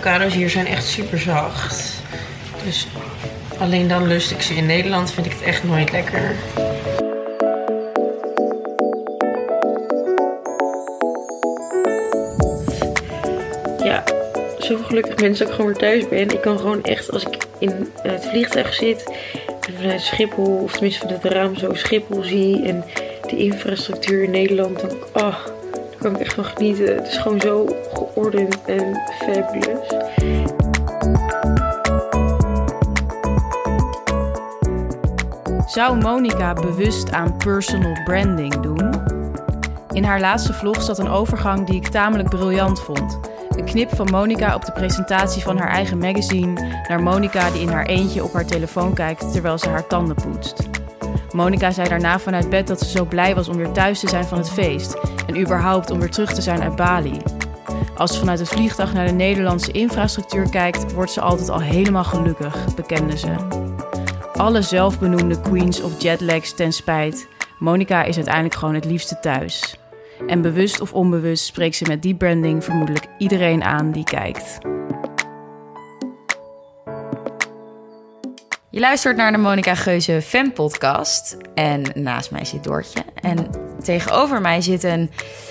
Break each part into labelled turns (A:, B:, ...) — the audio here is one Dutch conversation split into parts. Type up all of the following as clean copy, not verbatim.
A: avocado's hier zijn echt super zacht. Dus alleen dan lust ik ze. In Nederland vind ik het echt nooit lekker. Ja, zoveel gelukkig mensen dat ik gewoon weer thuis ben. Ik kan gewoon echt, als ik in het vliegtuig zit en vanuit Schiphol, of tenminste vanuit het raam zo Schiphol zie en de infrastructuur in Nederland, dan kan ik echt van genieten. Het is gewoon zo geordend en fabulous.
B: Zou Monica bewust aan personal branding doen? In haar laatste vlog zat een overgang die ik tamelijk briljant vond. Een knip van Monica op de presentatie van haar eigen magazine naar Monica die in haar eentje op haar telefoon kijkt terwijl ze haar tanden poetst. Monica zei daarna vanuit bed dat ze zo blij was om weer thuis te zijn van het feest en überhaupt om weer terug te zijn uit Bali. Als ze vanuit het vliegtuig naar de Nederlandse infrastructuur kijkt, wordt ze altijd al helemaal gelukkig, bekende ze. Alle zelfbenoemde queens of jetlags ten spijt, Monica is uiteindelijk gewoon het liefste thuis. En bewust of onbewust spreekt ze met die branding vermoedelijk iedereen aan die kijkt.
C: Je luistert naar de Monica Geuze Fan-podcast. En naast mij zit Doortje. En tegenover mij zit een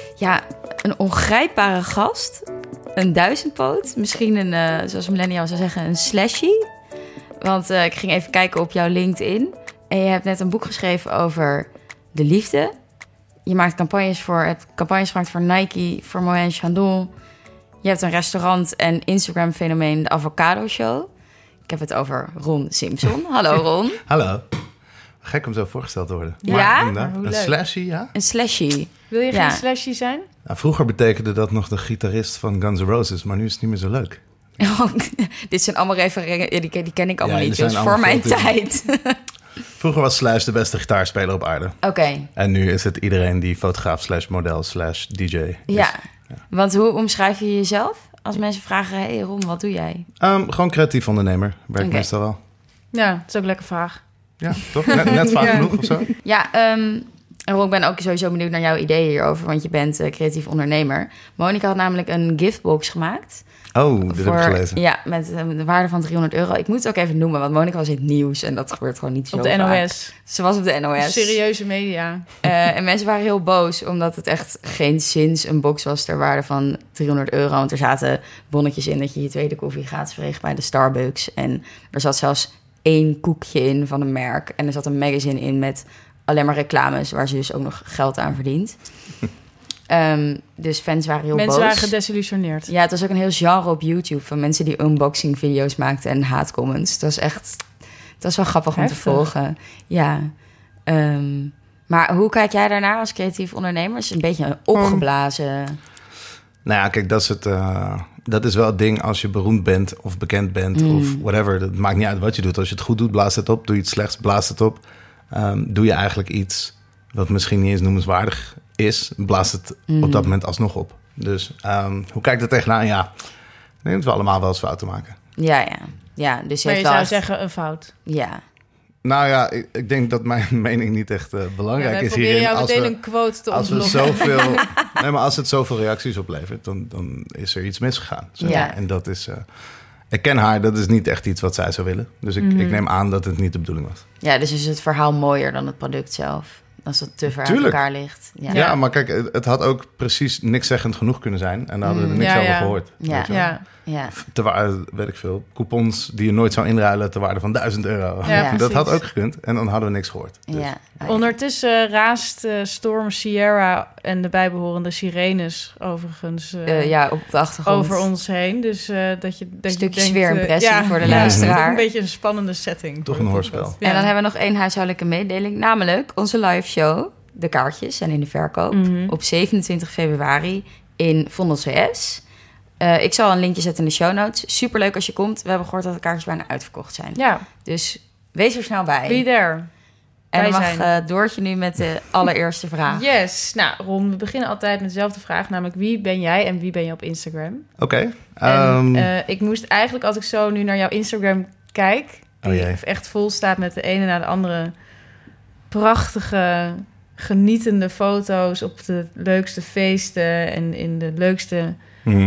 C: ongrijpbare gast. Een duizendpoot. Misschien een, zoals een millennial zou zeggen, een slashie. Want ik ging even kijken op jouw LinkedIn. En je hebt net een boek geschreven over de liefde. Je maakt campagnes gemaakt voor Nike, voor Moët Chandon. Je hebt een restaurant en Instagram-fenomeen, de Avocado Show. Ik heb het over Ron Simpson. Hallo Ron.
D: Hallo. Gek om zo voorgesteld te worden.
C: Ja?
D: Maar een slashie, ja?
C: Een slashie.
B: Wil je geen slashie zijn?
D: Nou, vroeger betekende dat nog de gitarist van Guns N' Roses, maar nu is het niet meer zo leuk.
C: Oh, dit zijn allemaal referenties, die ken ik allemaal niet. Dus voor mijn tijd.
D: Vroeger was Slash de beste gitaarspeler op aarde.
C: Oké.
D: En nu is het iedereen die fotograaf / model / DJ is.
C: Ja, want hoe omschrijf je jezelf? Als mensen vragen, hey Ron, wat doe jij?
D: Gewoon creatief ondernemer. Werkt meestal wel.
B: Ja, dat is ook lekker vaag.
D: Ja, toch? Net vaag genoeg of zo?
C: Ja, Ron, ik ben ook sowieso benieuwd naar jouw ideeën hierover, want je bent creatief ondernemer. Monica had namelijk een giftbox gemaakt.
D: Oh, dit heb ik gelezen.
C: Ja, met de waarde van €300. Ik moet het ook even noemen, want Monica was in het nieuws en dat gebeurt gewoon niet zo vaak.
B: Op de NOS.
C: Ze was op de NOS.
B: Serieuze media.
C: En mensen waren heel boos, omdat het echt geen zins een box was ter waarde van €300. Want er zaten bonnetjes in dat je je tweede koffie gratis kreeg bij de Starbucks. En er zat zelfs 1 koekje in van een merk. En er zat een magazine in met alleen maar reclames, waar ze dus ook nog geld aan verdient. Dus fans waren heel boos.
B: Mensen waren gedesillusioneerd.
C: Ja, het was ook een heel genre op YouTube van mensen die unboxing video's maakten en haatcomments. Het was wel grappig om te volgen. Ja. Maar hoe kijk jij daarnaar als creatief ondernemer? Is het een beetje opgeblazen?
D: Nou ja, kijk, dat is wel het ding als je beroemd bent of bekend bent of whatever. Dat maakt niet uit wat je doet. Als je het goed doet, blaast het op. Doe je het slechts, blaast het op. Doe je eigenlijk iets wat misschien niet eens noemenswaardig is, blaast het op dat moment alsnog op. Dus hoe kijk je er tegenaan? Ja, ik denk dat we allemaal wel eens fouten maken.
C: Ja, dus
B: maar je zou zeggen een fout.
C: Ja.
D: Nou ja, ik denk dat mijn mening niet echt belangrijk is hierin.
B: Jou meteen een quote te ontlokken.
D: Maar als het zoveel reacties oplevert, dan is er iets misgegaan. En dat is... ik ken haar, dat is niet echt iets wat zij zou willen. Dus ik neem aan dat het niet de bedoeling was.
C: Ja, dus is het verhaal mooier dan het product zelf? Als dat te ver uit elkaar ligt.
D: Ja, maar kijk, het had ook precies niks zeggend genoeg kunnen zijn. En dan hadden we er niks over gehoord.
C: Ja.
D: Te waarde, weet ik veel, coupons die je nooit zou inruilen ter waarde van €1000.
B: Ja,
D: dat had ook gekund en dan hadden we niks gehoord. Dus.
C: Ja.
B: Ondertussen raast Storm Sierra en de bijbehorende sirenes overigens
C: op de achtergrond
B: over ons heen. Dus dat je
C: stukje sfeerimpressie voor de luisteraar.
B: Een beetje een spannende setting.
D: Toch een hoorspel.
C: Ja. En dan hebben we nog 1 huishoudelijke mededeling, namelijk onze live show. De kaartjes zijn in de verkoop op 27 februari in Vondel CS. Ik zal een linkje zetten in de show notes. Superleuk als je komt. We hebben gehoord dat de kaartjes bijna uitverkocht zijn. Ja. Dus wees er snel bij.
B: Be there.
C: En dan mag Doortje nu met de allereerste vraag.
B: Yes. Nou, Ron, we beginnen altijd met dezelfde vraag. Namelijk, wie ben jij en wie ben je op Instagram?
D: Oké.
B: Ik moest eigenlijk, als ik zo nu naar jouw Instagram kijk... die echt vol staat met de ene na de andere prachtige, genietende foto's... op de leukste feesten en in de leukste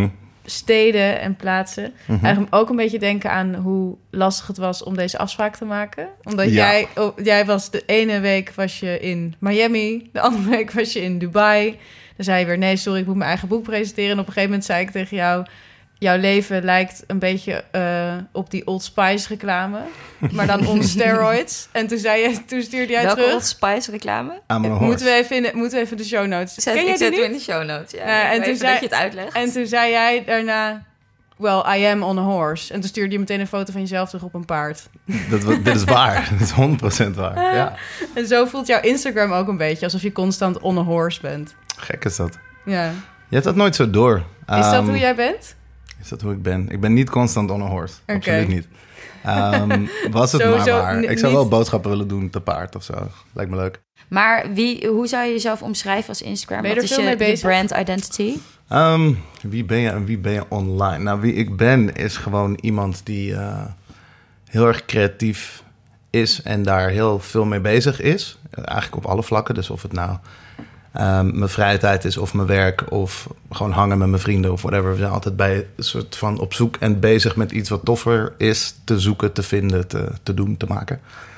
B: steden en plaatsen. Eigenlijk ook een beetje denken aan hoe lastig het was om deze afspraak te maken. Omdat jij was de ene week was je in Miami, de andere week was je in Dubai. Dan zei je weer, nee, sorry, ik moet mijn eigen boek presenteren. En op een gegeven moment zei ik tegen jou, jouw leven lijkt een beetje op die Old Spice reclame, maar dan on steroids. En toen stuurde jij
C: Welke
B: terug.
C: Old Spice reclame?
B: Moeten we even de show notes.
C: Ik zet hem in de show notes. Ja,
B: en toen
C: dat je het uitlegt.
B: En toen zei jij daarna, well, I am on a horse. En toen stuurde je meteen een foto van jezelf terug op een paard.
D: Dit is waar. Dit is 100% waar. Ja.
B: En zo voelt jouw Instagram ook een beetje, alsof je constant on a horse bent.
D: Gek is dat.
B: Ja.
D: Je hebt dat nooit zo door.
B: Is dat hoe jij bent?
D: Is dat hoe ik ben? Ik ben niet constant on a horse.
B: Okay.
D: Absoluut niet. Was het
B: Sowieso
D: maar waar. Ik zou wel boodschappen willen doen te paard of zo. Lijkt me leuk.
C: Maar hoe zou je jezelf omschrijven als Instagram?
B: Ben je er
C: Wat is
B: veel mee bezig?
C: je brand identity?
D: Wie ben je en wie ben je online? Nou, wie ik ben is gewoon iemand die heel erg creatief is en daar heel veel mee bezig is. Eigenlijk op alle vlakken. Dus of het nou mijn vrije tijd is of mijn werk of gewoon hangen met mijn vrienden of whatever. We zijn altijd bij een soort van op zoek en bezig met iets wat toffer is te zoeken, te vinden, te doen, te maken.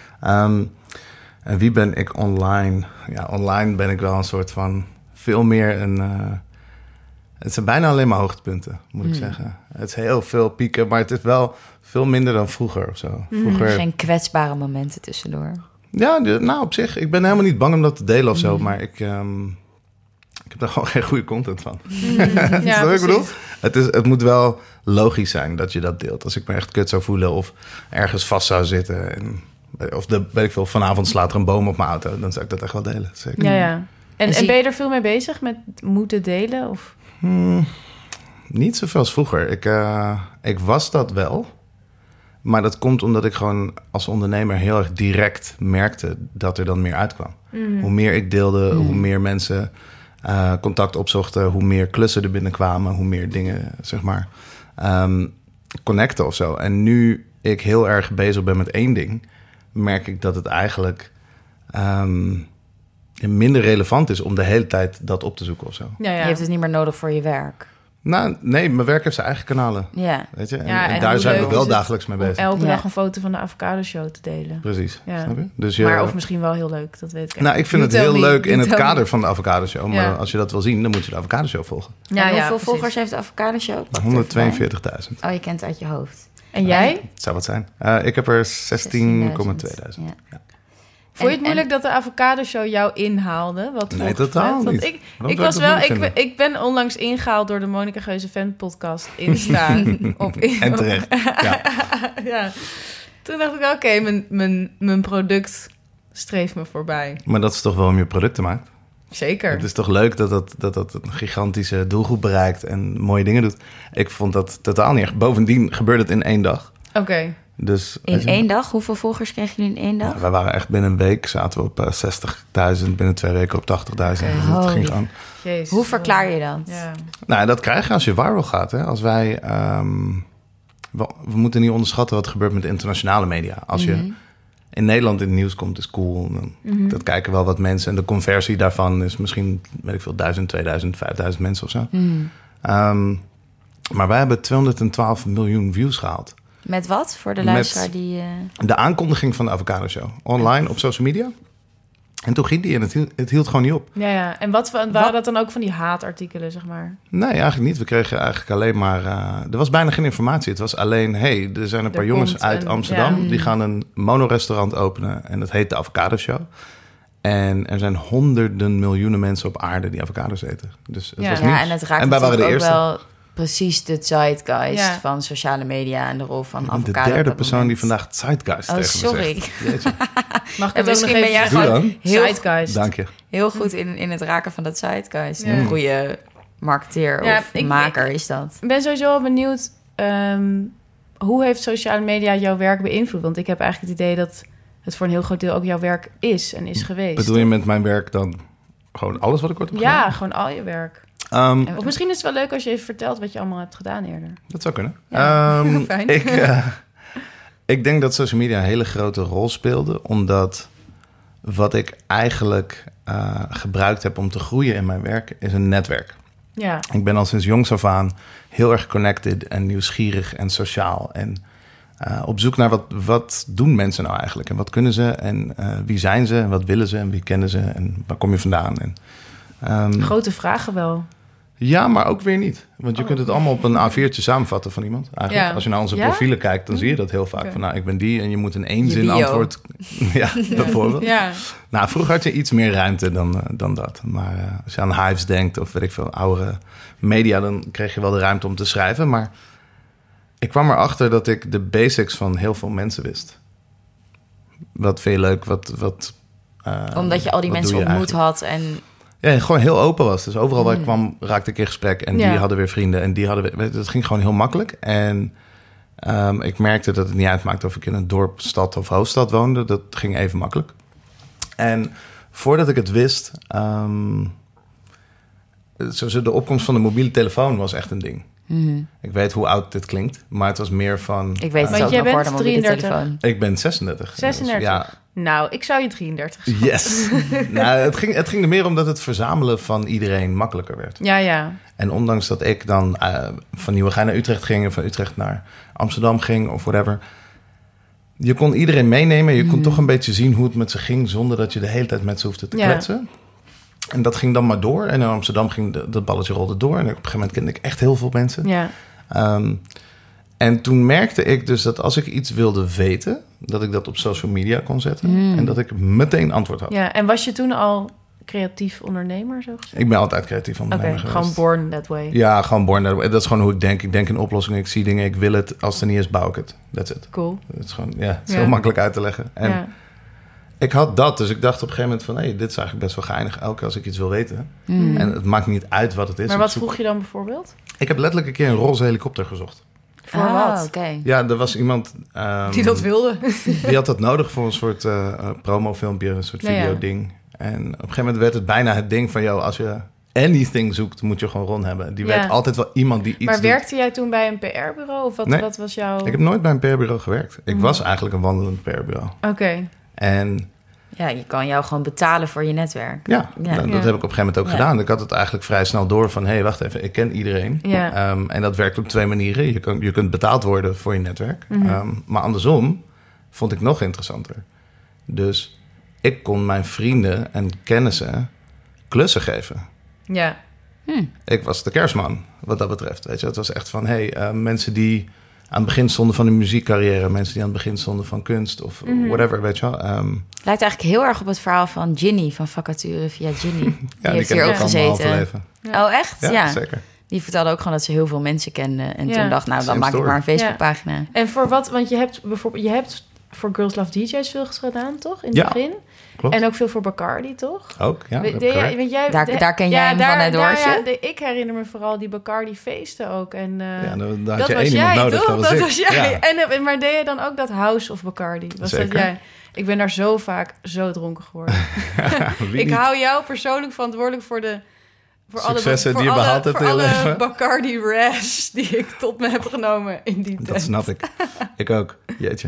D: En wie ben ik online? Ja, online ben ik wel een soort van veel meer een... het zijn bijna alleen maar hoogtepunten, moet ik zeggen. Het is heel veel pieken, maar het is wel veel minder dan vroeger of zo. Vroeger...
C: Geen kwetsbare momenten tussendoor.
D: Ja, nou op zich. Ik ben helemaal niet bang om dat te delen of zo, maar ik heb daar gewoon geen goede content van.
B: Ja,
D: wat ik bedoel? Het moet wel logisch zijn dat je dat deelt. Als ik me echt kut zou voelen of ergens vast zou zitten of weet ik veel, vanavond slaat er een boom op mijn auto, dan zou ik dat echt wel delen. Zeker.
B: Ja. En ben je er veel mee bezig met moeten delen? Of?
D: Niet zoveel als vroeger. Ik was dat wel. Maar dat komt omdat ik gewoon als ondernemer heel erg direct merkte dat er dan meer uitkwam. Hoe meer ik deelde, hoe meer mensen contact opzochten, hoe meer klussen er binnenkwamen, hoe meer dingen, zeg maar, connecten of zo. En nu ik heel erg bezig ben met één ding, merk ik dat het eigenlijk minder relevant is om de hele tijd dat op te zoeken of zo.
B: Ja.
C: Je hebt het niet meer nodig voor je werk.
D: Nou, nee, mijn werk heeft zijn eigen kanalen.
C: Ja.
D: Weet je?
B: Ja,
D: en daar zijn we
B: leuk
D: wel
B: is het
D: dagelijks mee bezig.
B: Elke dag een foto van de avocado show te delen.
D: Precies,
B: Ja.
D: snap je? Dus
B: Maar of misschien wel heel leuk, dat weet ik
D: Nou, ik vind
B: You
D: het heel
B: tell me.
D: leuk in
B: You
D: het
B: tell
D: kader
B: me.
D: van de Avocado Show. Maar
B: Ja.
D: als je dat wil zien, dan moet je de Avocado Show volgen.
C: En hoeveel
B: precies.
C: volgers heeft de Avocado Show? Pak er even
D: 142.000.
C: bij. Oh, je kent het uit je hoofd.
B: En jij?
D: Het zou wat zijn. Ik heb er 16.200.
C: Ja.
B: Vond je het moeilijk dat de Avocado Show jou inhaalde? Wat
D: Nee,
B: volgens
D: totaal
B: mij?
D: niet.
B: Want
D: Waarom
B: ik
D: zou
B: was
D: ik
B: wel,
D: dat moeilijk
B: ik ben onlangs ingehaald door de Monica Geuze Fan podcast Insta.
D: En terecht. Ja.
B: Ja. Toen dacht ik, oké, mijn product streeft me voorbij.
D: Maar dat is toch wel om je producten maakt?
B: Zeker.
D: Het is toch leuk dat een gigantische doelgroep bereikt en mooie dingen doet. Ik vond dat totaal niet echt. Bovendien gebeurde het in 1 dag.
B: Oké.
D: Dus,
C: In 1 dag? Hoeveel volgers kregen jullie in 1 dag?
D: Nou, wij waren echt binnen een week, zaten we op 60.000. Binnen 2 weken op 80.000. Dat
C: Holy.
D: ging gewoon.
B: Jezus.
C: Hoe verklaar je dat?
B: Ja.
D: Nou, dat krijg je als je viral gaat. Hè? Als wij... we moeten niet onderschatten wat er gebeurt met de internationale media. Als je in Nederland in het nieuws komt, is cool. Dat kijken wel wat mensen. En de conversie daarvan is misschien, weet ik veel, 1000, 2000, 5000 mensen of zo. Maar wij hebben 212 miljoen views gehaald.
C: Met wat? Voor de luisteraar die...
D: De aankondiging van de Avocado Show. Online, op social media. En toen ging die en het hield gewoon niet op.
B: Ja. En waren dat dan ook van die haatartikelen, zeg maar?
D: Nee, eigenlijk niet. We kregen eigenlijk alleen maar... er was bijna geen informatie. Het was alleen... er zijn een paar jongens uit Amsterdam... die gaan een monorestaurant openen... en dat heet de Avocado Show. En er zijn honderden miljoenen mensen op aarde... die avocados eten. Dus het was
C: en het raakt
D: en wij waren de
C: ook
D: eerste.
C: wel precies de zeitgeist
B: Ja.
C: van sociale media... en de rol van
D: En
C: avocado.
D: de
C: op
D: derde
C: dat
D: persoon die
C: moment.
D: vandaag zeitgeist
C: Oh,
D: tegen me
C: sorry.
D: zegt. Jeetje.
B: Mag ik
C: En
B: het ook nog
C: misschien ben jij
B: even
D: Doe
C: gewoon
D: dan.
C: heel,
B: Zeitgeist.
D: Dank je.
C: heel goed in het raken van dat zeitgeist.
B: Ja.
C: Een goede marketeer
B: Ja,
C: of maker is dat.
B: Ik ben sowieso wel benieuwd... hoe heeft sociale media jouw werk beïnvloed? Want ik heb eigenlijk het idee dat het voor een heel groot deel ook jouw werk is en is geweest.
D: Bedoel je met mijn werk dan gewoon alles wat ik ooit heb gedaan?
B: Ja, gewoon al je werk. Of misschien is het wel leuk als je even vertelt wat je allemaal hebt gedaan eerder.
D: Dat zou kunnen.
B: Ja, fijn.
D: Ik denk dat social media een hele grote rol speelde, omdat wat ik eigenlijk gebruikt heb om te groeien in mijn werk is een netwerk.
B: Ja.
D: Ik ben al sinds jongs af aan heel erg connected en nieuwsgierig en sociaal. En op zoek naar wat doen mensen nou eigenlijk? En wat kunnen ze? En wie zijn ze? En wat willen ze? En wie kennen ze? En waar kom je vandaan? En,
B: Grote vragen wel.
D: ja, maar ook weer niet. Want je kunt het allemaal op een A4'tje samenvatten van iemand. Eigenlijk.
B: Ja.
D: Als je naar onze
B: Ja?
D: profielen kijkt, dan zie je dat heel vaak.
B: Oké.
D: Van, nou, ik ben die en je moet in één
C: Je
D: zin
C: bio.
D: antwoord. Ja, bijvoorbeeld.
B: Ja.
D: Nou, vroeger had je iets meer ruimte dan dat. Maar als je aan Hives denkt of weet ik veel, oudere media... dan kreeg je wel de ruimte om te schrijven. Maar ik kwam erachter dat ik de basics van heel veel mensen wist. Wat vind je leuk?
C: Omdat je al die
D: wat
C: mensen
D: doe je
C: ontmoet
D: eigenlijk?
C: had en...
D: Ja, gewoon heel open was. Dus overal waar ik kwam, raakte ik in gesprek. En die hadden weer vrienden. En die hadden weer... Dat ging gewoon heel makkelijk. En ik merkte dat het niet uitmaakte of ik in een dorp, stad of hoofdstad woonde. Dat ging even makkelijk. En voordat ik het wist... de opkomst van de mobiele telefoon was echt een ding. Ik weet hoe oud dit klinkt. Maar het was meer van...
C: Ik weet het
B: Want
C: ook
B: jij
C: nog, hoor,
B: bent
C: de mobiele
B: 33.
C: telefoon.
D: Ik ben 36.
B: 36?
D: Ja,
B: Nou, ik zou je 33 zeggen.
D: yes. Nou, het ging er meer om dat het verzamelen van iedereen makkelijker werd.
B: Ja.
D: En ondanks dat ik dan van Nieuwegein naar Utrecht ging... en van Utrecht naar Amsterdam ging of whatever... je kon iedereen meenemen. Je kon toch een beetje zien hoe het met ze ging... zonder dat je de hele tijd met ze hoefde te kletsen. En dat ging dan maar door. En in Amsterdam ging dat balletje rolde door. En op een gegeven moment kende ik echt heel veel mensen.
B: Ja.
D: En toen merkte ik dus dat als ik iets wilde weten... dat ik dat op social media kon zetten. En dat ik meteen antwoord had.
B: Ja, en was je toen al creatief ondernemer, zo gezegd?
D: Ik ben altijd creatief
B: Oké,
D: ondernemer geweest.
B: gewoon born that way.
D: Ja, gewoon born that way. Dat is gewoon hoe ik denk. Ik denk in oplossingen, ik zie dingen, ik wil het. Als het er niet is, bouw ik het. That's it.
B: Cool.
D: Het is gewoon, het is heel makkelijk uit te leggen. En ik had dat, dus ik dacht op een gegeven moment van... hey, dit is eigenlijk best wel geinig, elke keer als ik iets wil weten. En het maakt niet uit wat het is.
B: Maar wat vroeg je dan bijvoorbeeld?
D: Ik heb letterlijk een keer een roze helikopter gezocht.
B: Voor wat?
C: Oké.
D: Ja, er was iemand...
B: Die dat wilde.
D: Die had dat nodig voor een soort promofilmpje, een soort
B: Ja, ja.
D: videoding. En op een gegeven moment werd het bijna het ding van... joh, als je anything zoekt, moet je gewoon Ron hebben. Die weet altijd wel iemand die iets
B: Maar
D: doet.
B: werkte jij toen bij een PR-bureau? Of
D: Nee.
B: wat was jouw...
D: Ik heb nooit bij een PR-bureau gewerkt. Ik was eigenlijk een wandelend PR-bureau.
B: Oké.
D: En
C: Ja, je kan jou gewoon betalen voor je netwerk.
D: ja, dat heb ik op een gegeven moment ook
C: Ja.
D: gedaan. Ik had het eigenlijk vrij snel door van... hé, wacht even, ik ken iedereen.
B: Ja.
D: En dat werkt op 2 manieren. Je kunt betaald worden voor je netwerk. Maar andersom vond ik nog interessanter. Dus ik kon mijn vrienden en kennissen klussen geven.
B: Ja.
D: Ik was de kerstman, wat dat betreft. Weet je, het was echt van, mensen die aan het begin stonden van hun muziekcarrière... mensen die aan het begin stonden van kunst of whatever, weet je wel.
C: Lijkt eigenlijk heel erg op het verhaal van Ginny, van Vacature via Ginny. Die heeft
D: ken
C: hier
D: ik
C: ook
D: al mijn halve
C: gezeten.
D: leven.
C: Oh, echt?
D: Ja, zeker.
C: Die vertelde ook gewoon dat ze heel veel mensen kende. En
B: Ja.
C: toen dacht, nou, dan
D: Same
C: maak ik
D: story.
C: maar een Facebookpagina.
B: En voor wat? Want je hebt bijvoorbeeld... Je hebt voor Girls Love DJ's veel gedaan, toch? In het
D: Ja,
B: begin.
D: klopt.
B: En ook veel voor Bacardi, toch?
D: Ook, ja. dat heb ik
B: Deed jij-
D: gewerkt.
B: want jij,
C: Daar ken jij hem van het woordje?
B: Ik herinner me vooral die Bacardi-feesten ook. En,
D: Ja, dan had
B: dat
D: je
B: was
D: één
B: jij,
D: iemand nodig,
B: toch?
D: dat was ik.
B: jij.
D: Ja.
B: Maar deed jij dan ook dat House of Bacardi? Was
D: Zeker.
B: dat jij? Ik ben daar zo vaak zo dronken geworden.
D: Wie
B: Ik
D: niet?
B: hou jou persoonlijk verantwoordelijk voor de... Voor
D: Successen
B: voor
D: die je
B: alle,
D: behaald hebt
B: voor
D: in je
B: alle
D: leven.
B: Bacardi rash die ik tot me heb genomen in die tijd.
D: Dat snap ik. Ik ook. Jeetje.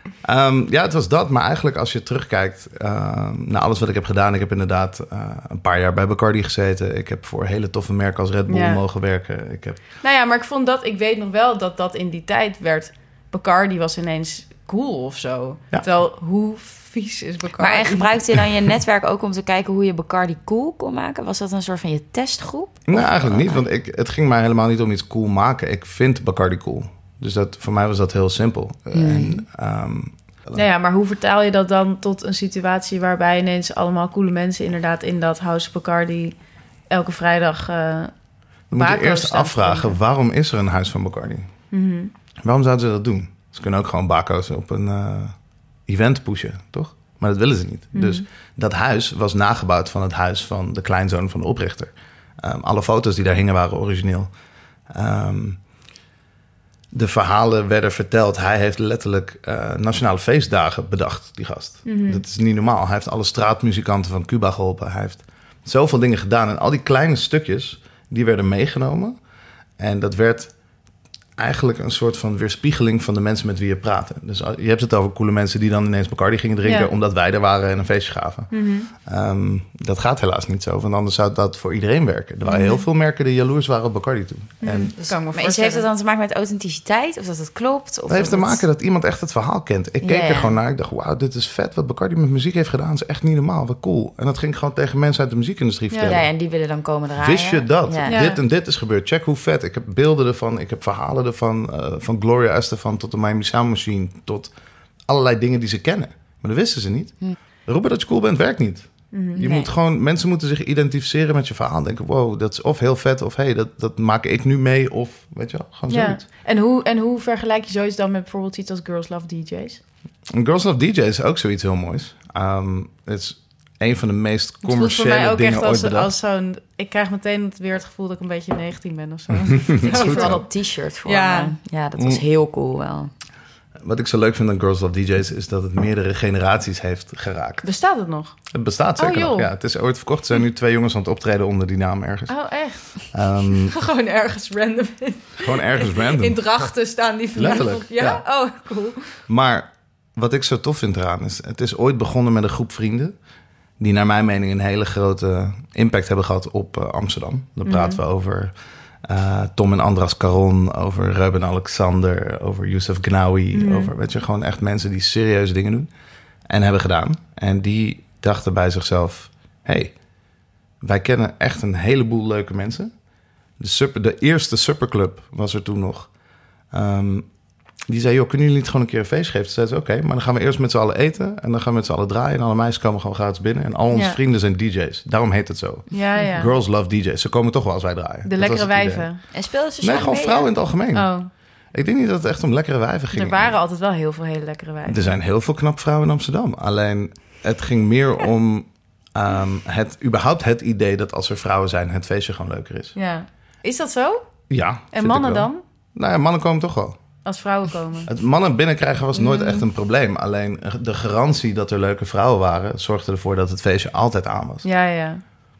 D: Ja, het was dat. Maar eigenlijk als je terugkijkt naar alles wat ik heb gedaan... ik heb inderdaad een paar jaar bij Bacardi gezeten. Ik heb voor hele toffe merken als Red Bull
B: Ja.
D: mogen werken. Ik heb...
B: Nou ja, maar ik vond dat... Ik weet nog wel dat in die tijd werd... Bacardi was ineens cool of zo.
D: Ja.
B: Terwijl, hoe vies is Bacardi?
C: Maar en gebruikte je dan je netwerk ook om te kijken hoe je Bacardi cool kon maken? Was dat een soort van je testgroep?
D: Nou, eigenlijk niet. Want het ging mij helemaal niet om iets cool maken. Ik vind Bacardi cool. Dus voor mij was dat heel simpel. En,
B: Nou ja, maar hoe vertaal je dat dan tot een situatie... waarbij ineens allemaal coole mensen inderdaad in dat House Bacardi... elke vrijdag
D: dan moet je
B: Baco's
D: eerst
B: staan
D: afvragen...
B: drinken?
D: waarom is er een huis van Bacardi? Waarom zouden ze dat doen? Ze kunnen ook gewoon Baco's op een event pushen, toch? Maar dat willen ze niet. Dus dat huis was nagebouwd van het huis van de kleinzoon van de oprichter. Alle foto's die daar hingen waren origineel. De verhalen werden verteld. Hij heeft letterlijk nationale feestdagen bedacht, die gast. Dat is niet normaal. Hij heeft alle straatmuzikanten van Cuba geholpen. Hij heeft zoveel dingen gedaan. En al die kleine stukjes, die werden meegenomen. En dat werd eigenlijk een soort van weerspiegeling van de mensen met wie je praat. Dus je hebt het over coole mensen die dan ineens Bacardi gingen drinken... omdat wij er waren en een feestje gaven. Dat gaat helaas niet zo, want anders zou dat voor iedereen werken. Er waren heel veel merken die jaloers waren op Bacardi toen. En
C: Dus, maar heeft het dan te maken met authenticiteit? Of dat het klopt? Of
D: het heeft te maken dat iemand echt het verhaal kent. Ik keek er gewoon naar. Ik dacht, wauw, dit is vet. Wat Bacardi met muziek heeft gedaan is echt niet normaal. Wat cool. En dat ging ik gewoon tegen mensen uit de muziekindustrie vertellen.
C: Ja, en die willen dan komen draaien.
D: Wist je dat?
C: Ja.
D: Dit en dit is gebeurd. Check hoe vet. Ik heb beelden ervan. Ik heb verhalen ervan. Van Gloria Estefan tot de Miami Sound Machine. Tot allerlei dingen die ze kennen. Maar dat wisten ze niet. Roepen dat je cool bent, werkt niet. Je moet gewoon, mensen moeten zich identificeren met je verhaal. Denken, wow, dat is of heel vet of hey, dat maak ik nu mee. Of weet je wel, gewoon zoiets.
B: En hoe vergelijk je zoiets dan met bijvoorbeeld iets als Girls Love DJ's?
D: En Girls Love DJ's is ook zoiets heel moois. Het is een van de meest commerciële dingen ooit bedacht.
B: Als zo'n... Ik krijg meteen weer het gevoel dat ik een beetje 19 ben of zo.
C: Ik zie vooral dat t-shirt voor me. Ja, dat was heel cool wel.
D: Wat ik zo leuk vind aan Girls Love DJ's... is dat het meerdere generaties heeft geraakt.
B: Bestaat het nog?
D: Het bestaat zeker nog, ja. Het is ooit verkocht. Er zijn nu 2 jongens aan het optreden onder die naam ergens.
B: Oh, echt? Gewoon ergens random.
D: Gewoon ergens random.
B: In Drachten staan die vandaag.
D: Letterlijk,
B: Ja? Oh, cool.
D: Maar wat ik zo tof vind eraan is... het is ooit begonnen met een groep vrienden... die naar mijn mening een hele grote impact hebben gehad op Amsterdam. Dan praten we over... Tom en Andras Caron, over Ruben Alexander, over Youssef Gnawi, over, weet je, gewoon echt mensen die serieuze dingen doen en hebben gedaan. En die dachten bij zichzelf, hey, wij kennen echt een heleboel leuke mensen. De eerste Superclub was er toen nog. Die zei, joh, kunnen jullie niet gewoon een keer een feest geven? Toen zeiden ze, oké, maar dan gaan we eerst met z'n allen eten en dan gaan we met z'n allen draaien en alle meisjes komen gewoon gratis binnen en al onze vrienden zijn DJ's. Daarom heet het zo.
B: Ja.
D: Girls Love DJ's. Ze komen toch wel als wij draaien.
B: De lekkere wijven.
C: En speelden ze
D: Nee, gewoon vrouwen in het algemeen.
B: Oh.
D: Ik denk niet dat het echt om lekkere wijven ging.
B: Er waren altijd wel heel veel hele lekkere wijven.
D: Er zijn heel veel knap vrouwen in Amsterdam. Alleen, het ging meer om überhaupt het idee dat als er vrouwen zijn, het feestje gewoon leuker is.
B: Ja. Is dat zo?
D: Ja.
B: En mannen dan?
D: Nou ja, mannen komen toch wel.
B: Als vrouwen komen.
D: Het mannen binnenkrijgen was nooit echt een probleem. Alleen de garantie dat er leuke vrouwen waren... zorgde ervoor dat het feestje altijd aan was.
B: Ja.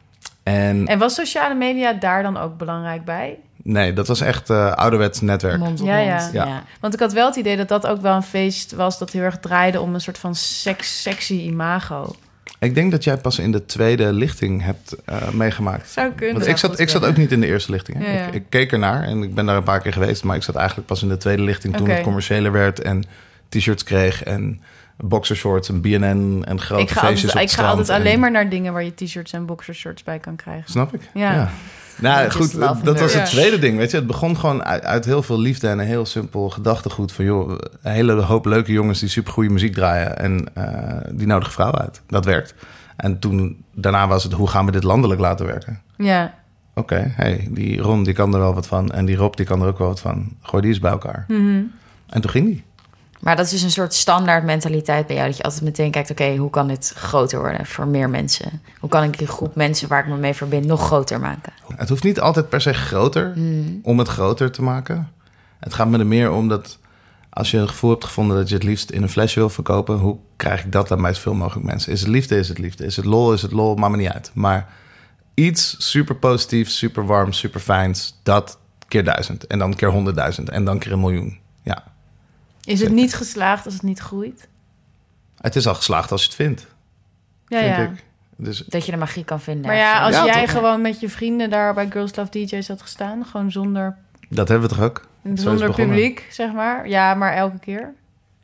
D: En
B: was sociale media daar dan ook belangrijk bij?
D: Nee, dat was echt ouderwets netwerk.
C: Mond op
B: Ja.
C: mond. Ja.
B: Want ik had wel het idee dat dat ook wel een feest was... dat heel erg draaide om een soort van sexy imago.
D: Ik denk dat jij pas in de tweede lichting hebt meegemaakt.
B: Zou kunnen.
D: Want ik zat ook niet in de eerste lichting. Hè?
B: Ja.
D: Ik keek ernaar en ik ben daar een paar keer geweest... maar ik zat eigenlijk pas in de tweede lichting toen het commerciëler werd... en t-shirts kreeg en boxershorts en BNN en grote feestjes op het
B: Ik ga
D: strand
B: altijd alleen maar naar dingen waar je t-shirts en boxershorts bij kan krijgen.
D: Snap ik?
B: Ja.
D: Nou goed, dat was het
B: Ja.
D: tweede ding, weet je. Het begon gewoon uit heel veel liefde en een heel simpel gedachtegoed van... joh, een hele hoop leuke jongens die supergoeie muziek draaien... en die nodigen vrouwen uit. Dat werkt. En daarna was het, hoe gaan we dit landelijk laten werken?
B: Ja.
D: Oké, die Ron die kan er wel wat van en die Rob die kan er ook wel wat van. Gooi die eens bij elkaar. En toen ging die.
C: Maar dat is dus een soort standaard mentaliteit bij jou... dat je altijd meteen kijkt, oké, hoe kan dit groter worden voor meer mensen? Hoe kan ik die groep mensen waar ik me mee verbind nog groter maken?
D: Het hoeft niet altijd per se groter om het groter te maken. Het gaat me er meer om dat als je een gevoel hebt gevonden... dat je het liefst in een flesje wil verkopen... hoe krijg ik dat dan bij zoveel mogelijk mensen? Is het liefde, is het liefde. Is het lol, maakt me niet uit. Maar iets super positiefs, super warm, super fijns... dat keer 1000 en dan keer 100.000 en dan keer 1 miljoen. Ja.
B: Is het niet geslaagd als het niet groeit?
D: Het is al geslaagd als je het vindt, vind ik. Dus,
C: Dat je de magie kan vinden.
B: Maar ja, als
D: Ja,
B: jij
C: toch?
B: gewoon met je vrienden daar bij Girls Love DJ's had gestaan... gewoon zonder
D: dat hebben we toch ook? Zo is het
B: zonder
D: begonnen.
B: publiek, zeg maar. Ja, maar elke keer.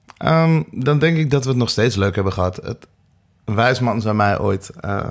D: Dan denk ik dat we het nog steeds leuk hebben gehad. Een wijsman zei mij ooit...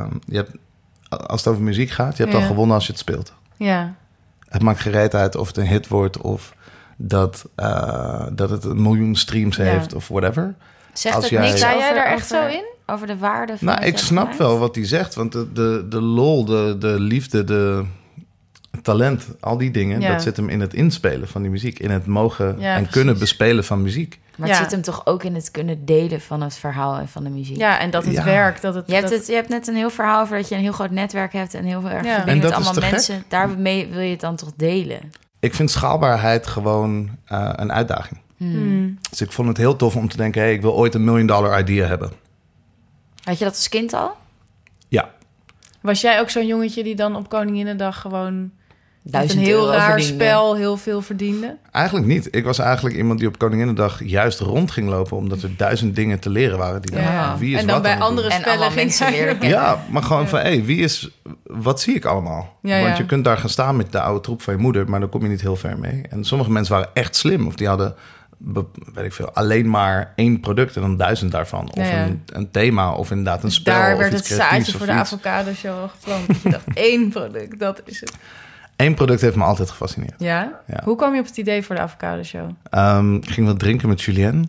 D: als het over muziek gaat, je hebt al gewonnen als je het speelt.
B: Ja.
D: Het maakt gereed uit of het een hit wordt... of dat het 1 miljoen streams heeft of whatever.
C: Zegt
D: als
C: het
D: jij-
C: niks
B: Sta jij
C: over-
B: daar echt
C: over-
B: zo in?
C: Over de waarde van
D: Nou,
C: wat
D: ik
C: je
D: snap
C: hebt
D: wel
C: gemaakt?
D: wat hij zegt. Want de lol, de liefde, het talent, al die dingen...
B: Ja.
D: dat zit hem in het inspelen van die muziek. In het mogen
B: Ja,
D: en
B: precies.
D: kunnen bespelen van muziek.
C: Maar het
B: Ja.
C: zit hem toch ook in het kunnen delen van het verhaal en van de muziek.
B: Ja, en dat het
D: Ja.
B: werkt. Dat het,
C: Je hebt net een heel verhaal over dat je een heel groot netwerk hebt... en heel erg
B: Ja.
C: verbinding
D: En
C: met
D: dat is
C: allemaal
D: te
C: mensen. Daarmee wil je het dan toch delen?
D: Ik vind schaalbaarheid gewoon een uitdaging. Dus ik vond het heel tof om te denken... hey, ik wil ooit $1 million idea hebben.
C: Had je dat als kind al?
D: Ja.
B: Was jij ook zo'n jongetje die dan op Koninginnedag gewoon
C: €1000
B: een heel raar
C: verdiende.
B: spel heel veel verdiende?
D: Eigenlijk niet. Ik was eigenlijk iemand die op Koninginnedag juist rond ging lopen... omdat er 1000 dingen te leren waren die dag.
B: Ja.
D: Wie is
B: En dan
D: wat
B: bij
D: aan het doen?
B: andere
C: En allemaal
B: spellen ging
C: mensen
B: hij-
C: leren kennen.
D: Ja, maar gewoon van, wat zie ik allemaal?
B: Ja,
D: Want
B: ja.
D: je kunt daar gaan staan met de oude troep van je moeder... maar dan kom je niet heel ver mee. En sommige mensen waren echt slim. Of die hadden, weet ik veel, alleen maar 1 product... en dan 1000 daarvan. Of
B: Ja, ja.
D: een thema, of inderdaad een spel.
B: Daar
D: of
B: werd
D: iets
B: het
D: creatiefs
B: zaadje
D: of
B: voor de
D: iets.
B: avocado show al geplant. Dat je dacht, 1 product, dat is het.
D: 1 product heeft me altijd gefascineerd.
B: Ja?
D: Ja.
B: Hoe kwam je op het idee voor de avocado show?
D: Ik ging wat drinken met Julien.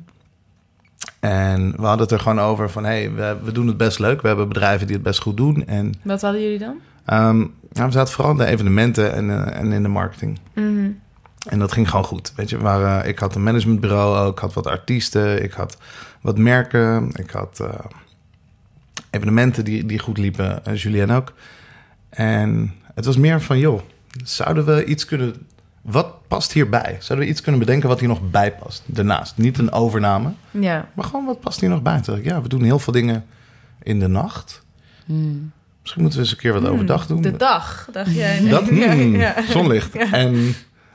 D: En we hadden het er gewoon over van... we doen het best leuk. We hebben bedrijven die het best goed doen. En
B: Wat hadden jullie dan?
D: we zaten vooral in de evenementen en in de marketing.
B: Mhm.
D: En dat ging gewoon goed. Weet je, ik had een managementbureau ook. Ik had wat artiesten. Ik had wat merken. Ik had evenementen die goed liepen. Julien ook. En het was meer van, joh, zouden we iets kunnen... Wat past hierbij? Zouden we iets kunnen bedenken wat hier nog bij past? Daarnaast. Niet een overname.
B: Ja.
D: Maar gewoon, wat past hier nog bij? Toen dacht ik, ja, we doen heel veel dingen in de nacht. Misschien moeten we eens een keer wat overdag doen.
B: De dag, dacht jij.
D: Dat,
B: Ja.
D: zonlicht.
B: Ja.
D: En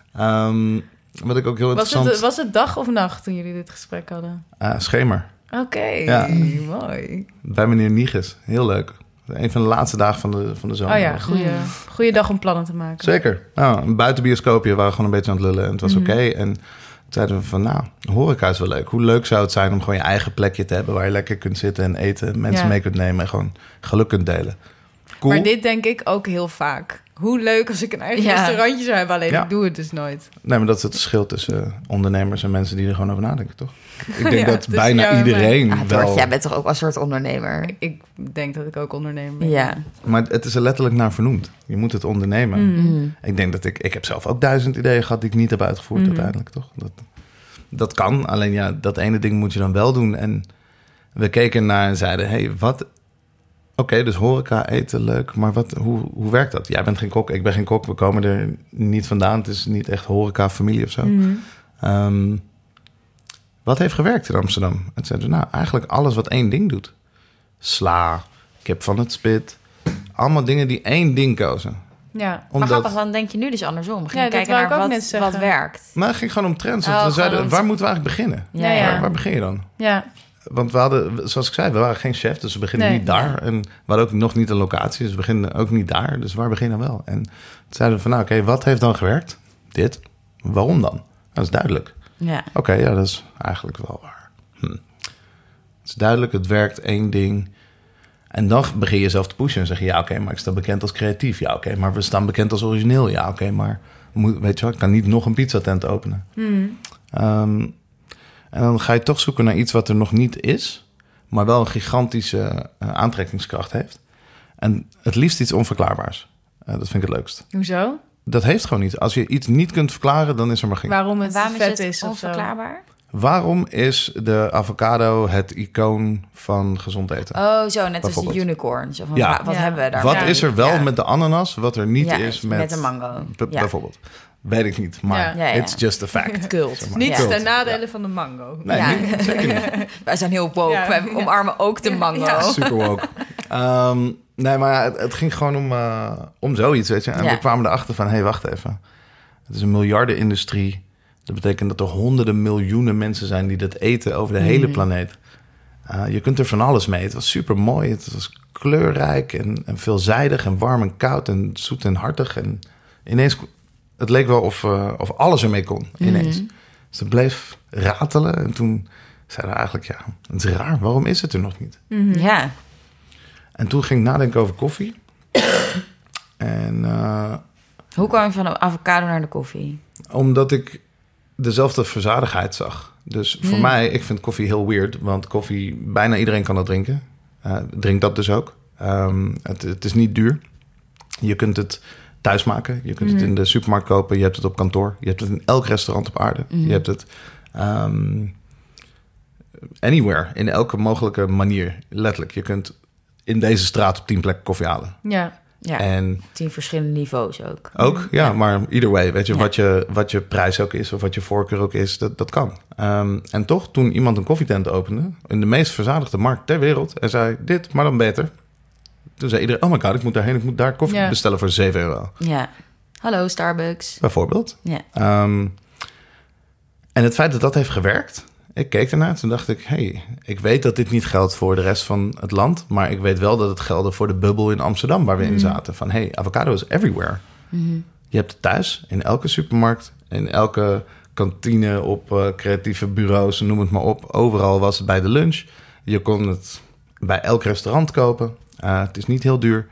D: wat ik ook heel interessant...
B: Was het dag of nacht toen jullie dit gesprek hadden?
D: Schemer.
B: Oké,
D: Ja.
B: mooi.
D: Bij meneer Nieges. Heel leuk. Een van de laatste dagen van de zomer.
B: Oh ja, goede dag om plannen te maken.
D: Zeker. Nou, een buitenbioscoopje waren we gewoon een beetje aan het lullen. En het was oké. En toen zeiden we van, horeca is wel leuk. Hoe leuk zou het zijn om gewoon je eigen plekje te hebben... waar je lekker kunt zitten en eten, mensen mee kunt nemen... en gewoon geluk kunt delen. Cool.
B: Maar dit denk ik ook heel vaak. Hoe leuk als ik een eigen
C: Ja.
B: restaurantje zou hebben. Alleen
D: Ja.
B: ik doe het dus nooit.
D: Nee, maar dat is het verschil tussen ondernemers en mensen die er gewoon over nadenken, toch? Ik denk
B: Ja,
D: dat
B: tussen
D: bijna
B: jou en mij.
D: iedereen wel...
C: Jij bent toch ook wel een soort ondernemer?
B: Ik denk dat ik ook ondernemer ben.
C: Ja.
D: Maar het is er letterlijk naar vernoemd. Je moet het ondernemen. Ik denk dat ik heb zelf ook 1000 ideeën gehad die ik niet heb uitgevoerd uiteindelijk, toch? Dat kan, alleen ja, dat ene ding moet je dan wel doen. En we keken naar en zeiden, wat... Oké, dus horeca, eten, leuk. Maar hoe werkt dat? Jij bent geen kok, ik ben geen kok. We komen er niet vandaan. Het is niet echt horeca, familie of zo. Wat heeft gewerkt in Amsterdam? En zeiden we, eigenlijk alles wat 1 ding doet. Sla, kip van het spit. Allemaal dingen die 1 ding kozen.
B: Ja.
C: Maar
D: Omdat...
C: grappig, dan denk je nu dus andersom. Ging
B: Ja, dat
C: kijken
B: wou
C: naar
B: ik ook net zeggen.
C: wat werkt.
D: Maar het ging gewoon om trends. Want
C: Oh,
D: we zeiden,
C: gewoon om-
D: waar moeten we eigenlijk beginnen?
C: Ja.
D: Waar begin je dan?
B: Ja.
D: Want we hadden, zoals ik zei, we waren geen chef, dus we beginnen
B: Nee.
D: niet daar. En we hadden ook nog niet een locatie, dus we beginnen ook niet daar. Dus waar begin je dan wel? En toen zeiden we van, oké, wat heeft dan gewerkt? Dit. Waarom dan? Dat is duidelijk.
C: Ja.
D: Oké, ja, dat is eigenlijk wel waar. Het is duidelijk, het werkt 1 ding. En dan begin je jezelf te pushen en zeg je... ja, oké, maar ik sta bekend als creatief. Ja, oké, maar we staan bekend als origineel. Ja, oké, maar weet je wel, ik kan niet nog een pizzatent openen. En dan ga je toch zoeken naar iets wat er nog niet is... maar wel een gigantische aantrekkingskracht heeft. En het liefst iets onverklaarbaars. Dat vind ik het leukst.
B: Hoezo?
D: Dat heeft gewoon niet. Als je iets niet kunt verklaren, dan is er maar geen.
B: Waarom het
C: Waarom
B: vet
C: is
B: is
C: het
B: of zo?
C: onverklaarbaar?
D: Waarom is de avocado het icoon van gezond eten?
C: Oh, zo, net als de
D: Bijvoorbeeld.
C: unicorn. Zo van,
D: Ja.
C: Wat
B: Ja.
C: hebben we daar?
D: Wat
B: Ja.
D: is er wel
C: Ja.
D: met de ananas, wat er niet
C: Ja,
D: is met
C: de mango. Ja.
D: Bijvoorbeeld. Weet ik niet, maar
B: Ja.
C: Ja, ja.
D: it's just a fact.
C: Kult.
D: Zeg maar.
B: Niets
C: Ja.
B: ten nadele van de mango.
D: Nee,
C: Ja.
D: zeker niet.
C: Wij zijn heel woke.
B: Ja.
C: Wij omarmen ook de mango.
B: Ja.
D: Super woke. Nee, maar het ging gewoon om zoiets, weet je. En
C: Ja.
D: we kwamen erachter van, wacht even. Het is een miljardenindustrie. Dat betekent dat er honderden miljoenen mensen zijn die dat eten over de hele planeet. Je kunt er van alles mee. Het was super mooi. Het was kleurrijk en veelzijdig en warm en koud en zoet en hartig. En ineens, het leek wel of alles ermee kon, ineens. Dus het bleef ratelen. En toen zeiden we eigenlijk, ja, het is raar. Waarom is het er nog niet?
C: Ja.
D: En toen ging ik nadenken over koffie. En
C: Hoe kwam je van de avocado naar de koffie?
D: omdat ik dezelfde verzadigheid zag. Dus voor mij, ik vind koffie heel weird. Want koffie, bijna iedereen kan dat drinken. Drink dat dus ook. Het is niet duur. Je kunt het thuis maken. Je kunt het in de supermarkt kopen. Je hebt het op kantoor. Je hebt het in elk restaurant op aarde. Je hebt het anywhere. In elke mogelijke manier. Letterlijk. Je kunt in deze straat op 10 plekken koffie halen.
B: Ja.
C: Ja,
D: En
C: 10 verschillende niveaus ook.
D: ook, ja, maar either way, weet je, wat je prijs ook is of wat je voorkeur ook is, dat kan. En toch, toen iemand een koffietent opende, in de meest verzadigde markt ter wereld, en zei, dit, maar dan beter. Toen zei iedereen, oh my god, ik moet daarheen, ik moet daar koffie bestellen voor €7.
C: Ja. Hallo Starbucks.
D: Bijvoorbeeld.
C: Ja.
D: En het feit dat dat heeft gewerkt... Ik keek ernaar, toen dacht ik... ik weet dat dit niet geldt voor de rest van het land... maar ik weet wel dat het geldde voor de bubbel in Amsterdam... waar we in zaten. Van, avocado is everywhere. Mm-hmm. Je hebt het thuis, in elke supermarkt... in elke kantine, op creatieve bureaus, noem het maar op. Overal was het bij de lunch. Je kon het bij elk restaurant kopen. Het is niet heel duur.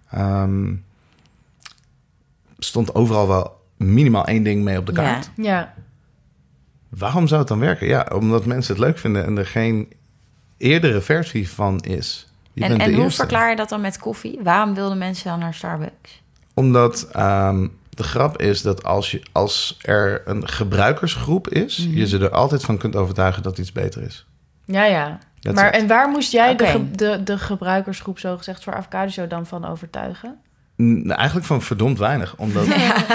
D: Stond overal wel minimaal 1 ding mee op de kaart.
B: Ja.
D: Waarom zou het dan werken? Ja, omdat mensen het leuk vinden en er geen eerdere versie van is.
C: En hoe verklaar je dat dan met koffie? Waarom wilden mensen dan naar Starbucks?
D: Omdat de grap is dat als er een gebruikersgroep is... je ze er altijd van kunt overtuigen dat iets beter is.
B: Ja. Maar en waar moest jij de gebruikersgroep zogezegd voor Avocado Show dan van overtuigen?
D: Eigenlijk van verdomd weinig. Omdat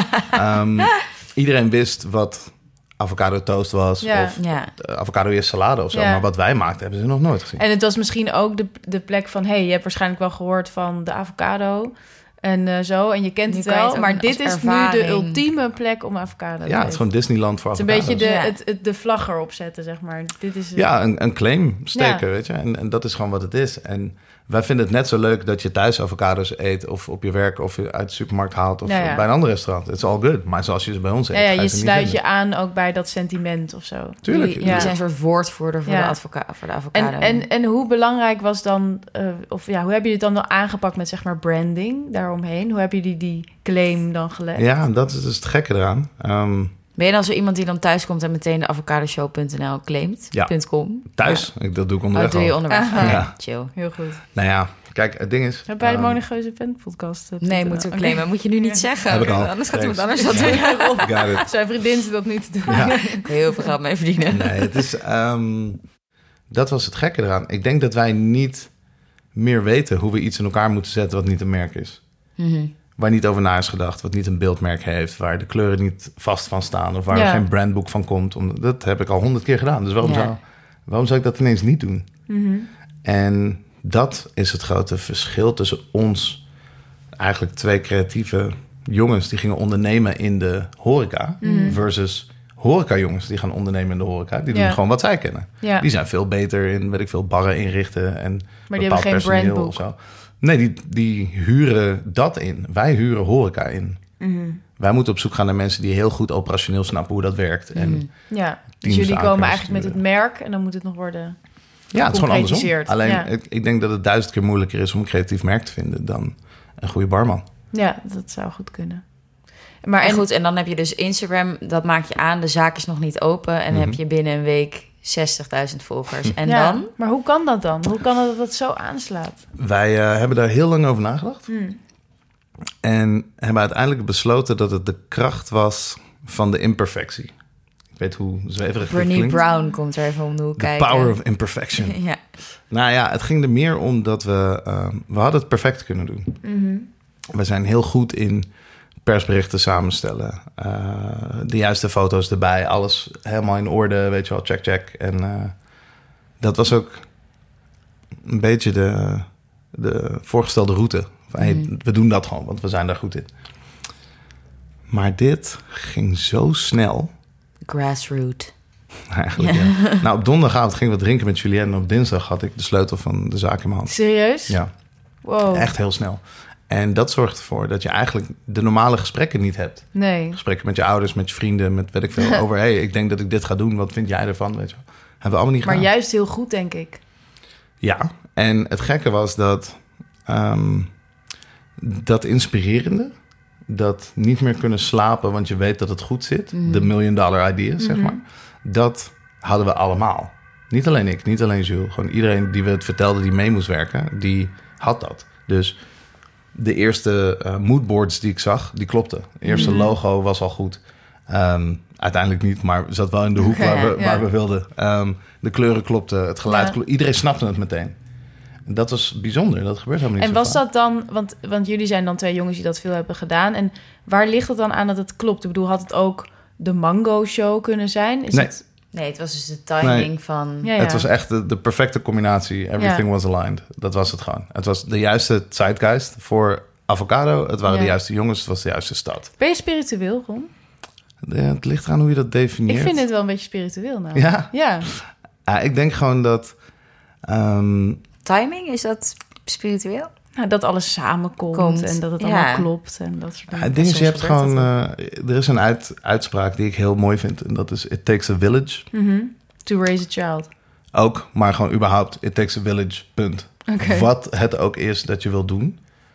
D: iedereen wist wat avocado toast was... of avocado salade of zo. Maar wat wij maakten, hebben ze nog nooit gezien.
B: En het was misschien ook de plek van... je hebt waarschijnlijk wel gehoord van de avocado... En zo, en je kent het wel. Maar dit is ervaring. Nu de ultieme plek om avocado te eten.
D: Het is gewoon Disneyland voor avocado's.
B: Het is een beetje de vlag erop zetten, zeg maar. Dit is
D: een claim steken, weet je. En dat is gewoon wat het is. En wij vinden het net zo leuk dat je thuis avocado's eet... of op je werk, of je uit de supermarkt haalt... of bij een ander restaurant. Het is all good. Maar zoals je ze bij ons eet...
B: je sluit je aan ook bij dat sentiment of zo.
D: Tuurlijk.
C: Jullie zijn een soort woordvoerder voor de avocado.
B: En hoe belangrijk was dan... hoe heb je het dan aangepakt met, zeg maar, branding daaromheen? Hoe heb je die claim dan gelegd?
D: Ja, dat is dus het gekke eraan.
C: Ben je dan zo iemand die dan thuis komt en meteen de avocadoshow.nl claimt?
D: Ja.
C: .com?
D: Thuis? Ja. Dat doe ik onderweg.
C: Doe je onderweg?
D: Ja.
C: Chill.
B: Heel goed.
D: Nou ja, kijk, het ding is...
B: Heb bij de Mona Geuze podcast?
C: Nee, moeten we claimen. Moet je nu niet zeggen.
D: Heb ik al.
C: Anders gaat iemand anders dat doen.
B: Zijn vriendin zit dat niet te doen.
D: Ja.
C: Heel veel geld mee verdienen.
D: Nee, het is... dat was het gekke eraan. Ik denk dat wij niet meer weten hoe we iets in elkaar moeten zetten... wat niet een merk is.
C: Mm-hmm.
D: Waar niet over na is gedacht, wat niet een beeldmerk heeft... waar de kleuren niet vast van staan... of waar er geen brandboek van komt. Dat heb ik al 100 keer gedaan. Dus waarom zou ik dat ineens niet doen?
B: Mm-hmm.
D: En dat is het grote verschil tussen ons... eigenlijk 2 creatieve jongens... die gingen ondernemen in de horeca... versus horeca-jongens die gaan ondernemen in de horeca. Die doen gewoon wat zij kennen. Ja. Die zijn veel beter in, weet ik veel, barren inrichten... en
B: maar die hebben geen brandboek
D: of zo. Nee, die huren dat in. Wij huren horeca in.
B: Mm-hmm.
D: Wij moeten op zoek gaan naar mensen die heel goed operationeel snappen hoe dat werkt. En
B: dus jullie komen eigenlijk met het merk en dan moet het nog worden
D: het is gewoon andersom. Alleen ik denk dat het 1000 keer moeilijker is om een creatief merk te vinden dan een goede barman.
B: Ja, dat zou goed kunnen.
C: Maar en goed, en dan heb je dus Instagram, dat maak je aan, de zaak is nog niet open en heb je binnen een week 60.000 volgers. En dan?
B: Maar hoe kan dat dan? Hoe kan het dat het zo aanslaat?
D: Wij hebben daar heel lang over nagedacht. En hebben uiteindelijk besloten dat het de kracht was van de imperfectie. Ik weet hoe zweverig het klinkt.
C: Brené Brown komt er even om de hoek kijken.
D: The power of imperfection.
C: Ja.
D: Nou ja, het ging er meer om dat we hadden het perfect kunnen doen.
B: Mm-hmm.
D: We zijn heel goed in persberichten samenstellen. De juiste foto's erbij. Alles helemaal in orde, weet je wel, check. En dat was ook een beetje de voorgestelde route. We doen dat gewoon, want we zijn daar goed in. Maar dit ging zo snel.
C: Grassroot.
D: Eigenlijk, ja. Nou, op donderdagavond gingen we drinken met Julien... en op dinsdag had ik de sleutel van de zaak in mijn hand.
B: Serieus?
D: Ja.
B: Wow.
D: Echt heel snel. En dat zorgt ervoor dat je eigenlijk de normale gesprekken niet hebt.
B: Nee.
D: Gesprekken met je ouders, met je vrienden, met weet ik veel... over, ik denk dat ik dit ga doen, wat vind jij ervan? Weet je wel. Hebben we allemaal niet gedaan.
B: Maar juist heel goed, denk ik.
D: Ja, en het gekke was dat inspirerende... dat niet meer kunnen slapen, want je weet dat het goed zit... de $1 million idea, zeg maar... dat hadden we allemaal. Niet alleen ik, niet alleen Jules. Gewoon iedereen die we het vertelden die mee moest werken... die had dat. Dus de eerste moodboards die ik zag, die klopten. De eerste logo was al goed. Uiteindelijk niet, maar zat wel in de hoek waar we wilden. De kleuren klopten, het geluid klopte. Iedereen snapte het meteen. En dat was bijzonder, dat gebeurt helemaal niet
B: en
D: zo
B: was dat dan, want jullie zijn dan 2 jongens die dat veel hebben gedaan. En waar ligt het dan aan dat het klopt? Ik bedoel, had het ook de Mango Show kunnen zijn?
C: Nee, het was dus de timing van...
B: Ja.
D: Het was echt de perfecte combinatie. Everything was aligned. Dat was het gewoon. Het was de juiste zeitgeist voor avocado, het waren de juiste jongens, het was de juiste stad.
B: Ben je spiritueel, Ron?
D: Het ligt eraan hoe je dat definieert.
B: Ik vind het wel een beetje spiritueel nou.
D: Ja? Ja, ik denk gewoon dat...
C: Timing, is dat spiritueel?
B: Nou, dat alles samenkomt en dat het allemaal klopt en dat soort dingen.
D: Het ding is, je hebt gewoon... er is een uitspraak die ik heel mooi vind. En dat is, it takes a village.
B: To raise a child.
D: Ook, maar gewoon überhaupt, it takes a village, punt.
B: Okay.
D: Wat het ook is dat je wil doen.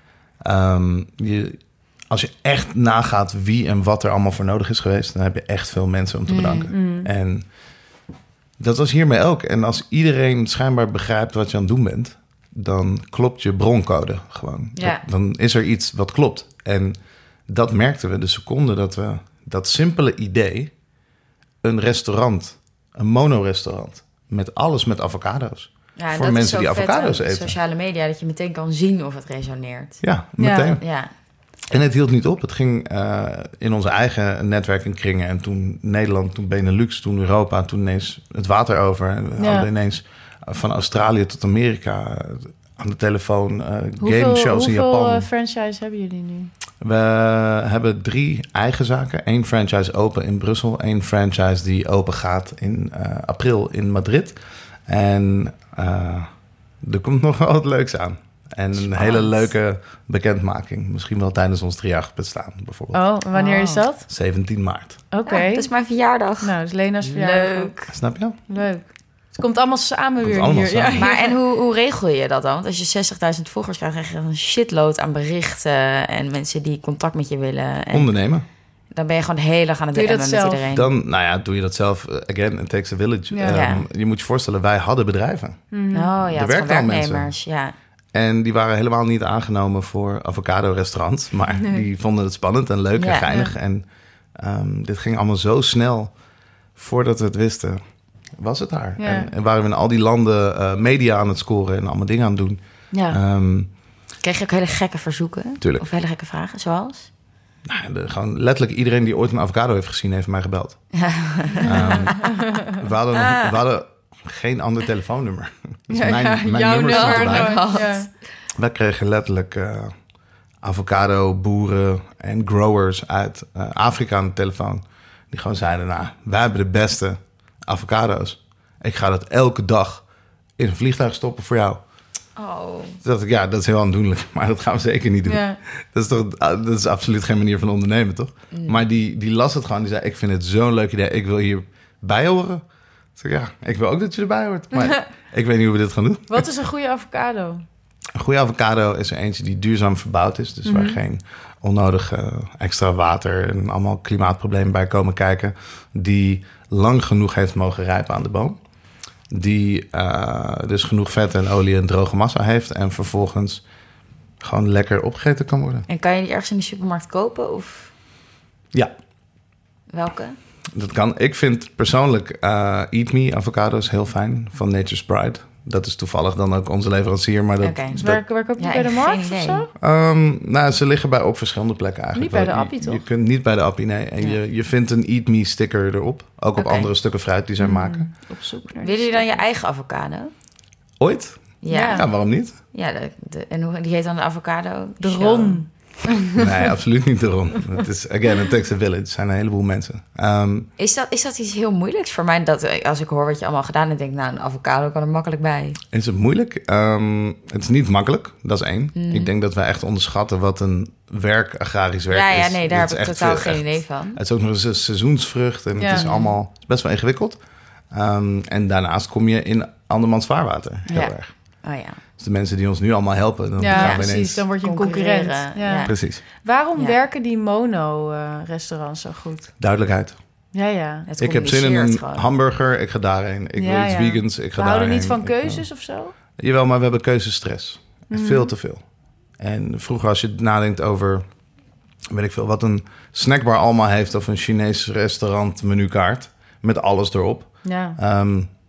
D: Als je echt nagaat wie en wat er allemaal voor nodig is geweest... dan heb je echt veel mensen om te bedanken. En dat was hiermee ook. En als iedereen schijnbaar begrijpt wat je aan het doen bent... dan klopt je broncode gewoon.
C: Ja.
D: Dan is er iets wat klopt. En dat merkten we de seconde dat we dat simpele idee... een restaurant, een mono-restaurant... met alles met avocado's.
C: Ja,
D: voor mensen die avocado's eten.
C: Sociale media, dat je meteen kan zien of het resoneert.
D: Ja, meteen.
C: Ja.
D: En het hield niet op. Het ging in onze eigen netwerkingkringen. En toen Nederland, toen Benelux, toen Europa... toen ineens het water over. En we hadden ineens van Australië tot Amerika... aan de telefoon game shows in Japan.
B: Hoeveel franchise hebben jullie nu?
D: We hebben 3 eigen zaken. 1 franchise open in Brussel. 1 franchise die open gaat in april in Madrid. En er komt nog wel wat leuks aan. En een hele leuke bekendmaking. Misschien wel tijdens ons 3-jarig bestaan, bijvoorbeeld.
B: Oh, wanneer is dat?
D: 17 maart.
B: Oké.
C: Ja, dat is mijn verjaardag.
B: Nou, dat is Lena's verjaardag.
C: Leuk.
D: Snap je?
B: Leuk. Het komt allemaal samen weer
D: allemaal
B: hier.
D: samen.
B: Ja.
C: Maar en hoe regel je dat dan? Want als je 60.000 volgers krijgt, krijg je een shitload aan berichten... en mensen die contact met je willen. En
D: Ondernemen.
C: dan ben je gewoon de hele dag aan het
B: Doe je
C: DM'en
B: dat
C: met
B: zelf?
C: iedereen.
D: Dan, nou ja, doe je dat zelf. Again, it takes a village.
B: Ja.
D: Je moet je voorstellen, wij hadden bedrijven.
C: Oh ja, het
D: werken
C: zijn
D: al
C: werknemers. Ja.
D: En die waren helemaal niet aangenomen voor avocado-restaurants. Maar die vonden het spannend en leuk en geinig. Ja. En dit ging allemaal zo snel. Voordat we het wisten, was het daar.
B: Ja.
D: En waren we in al die landen media aan het scoren... en allemaal dingen aan het doen.
C: Ja. Kreeg je ook hele gekke verzoeken?
D: Tuurlijk.
C: Of hele gekke vragen, zoals?
D: Nou, gewoon letterlijk iedereen die ooit een avocado heeft gezien... heeft mij gebeld. Ja. We hadden geen ander telefoonnummer. Dus mijn nummer stond erbij.
B: Ja.
D: Wij kregen letterlijk avocado-boeren en growers uit Afrika aan de telefoon. Die gewoon zeiden, nou, wij hebben de beste avocado's. Ik ga dat elke dag in een vliegtuig stoppen voor jou.
C: Oh.
D: Toen dacht ik, ja, dat is heel aandoenlijk, maar dat gaan we zeker niet doen. Ja. Dat is absoluut geen manier van ondernemen, toch? Maar die las het gewoon, die zei, ik vind het zo'n leuk idee, ik wil hierbij horen. Dus ja, ik wil ook dat je erbij hoort, maar ik weet niet hoe we dit gaan doen.
B: Wat is een goede avocado?
D: Een goede avocado is er eentje die duurzaam verbouwd is. Dus waar geen onnodig extra water en allemaal klimaatproblemen bij komen kijken. Die lang genoeg heeft mogen rijpen aan de boom. Die dus genoeg vet en olie en droge massa heeft. En vervolgens gewoon lekker opgegeten kan worden.
C: En kan je die ergens in de supermarkt kopen? Of
D: Ja.
C: welke?
D: Dat kan. Ik vind persoonlijk Eat Me avocado's heel fijn van Nature's Pride. Dat is toevallig dan ook onze leverancier. Maar dat,
C: Okay.
B: Waar koop je bij de markt of zo?
D: Nou, ze liggen op verschillende plekken eigenlijk.
B: Niet bij de appie, toch?
D: Je kunt niet bij de appie, nee. En je vindt een Eat Me sticker erop. Ook op andere stukken fruit die zij maken.
B: Op zoek naar.
C: Willen jullie dan je eigen avocado?
D: Ooit?
C: Ja.
D: Ja, waarom niet?
C: Ja, en hoe die heet dan de avocado?
B: De Ron.
D: Nee, absoluut niet de Ron. Het is, again, it takes a village. Het zijn een heleboel mensen.
C: Is dat iets heel moeilijks voor mij? Dat als ik hoor wat je allemaal gedaan hebt, denk ik, nou, een avocado kan er makkelijk bij.
D: Is het moeilijk? Het is niet makkelijk, dat is 1. Ik denk dat wij echt onderschatten wat een agrarisch werk is.
C: Ja, nee, daar heb ik totaal geen
D: echt,
C: idee van.
D: Het is ook nog eens een seizoensvrucht en het is allemaal best wel ingewikkeld. En daarnaast kom je in andermans vaarwater, heel erg.
C: Oh ja.
D: Dus de mensen die ons nu allemaal helpen, dan gaan we
B: precies.
D: ineens...
B: Dan word je een concurrent.
C: Ja.
D: Precies.
B: Waarom werken die mono-restaurants zo goed?
D: Duidelijkheid.
B: Ja.
C: Het
D: Ik heb zin in een
C: gewoon.
D: hamburger, ik ga daarheen. Ik wil iets vegans, ik ga
B: we
D: daarheen.
B: houden niet van keuzes of zo?
D: Jawel, maar we hebben keuzestress. Veel te veel. En vroeger als je nadenkt over... weet ik veel, wat een snackbar allemaal heeft... of een Chinees restaurant menukaart... met alles erop.
B: Ja.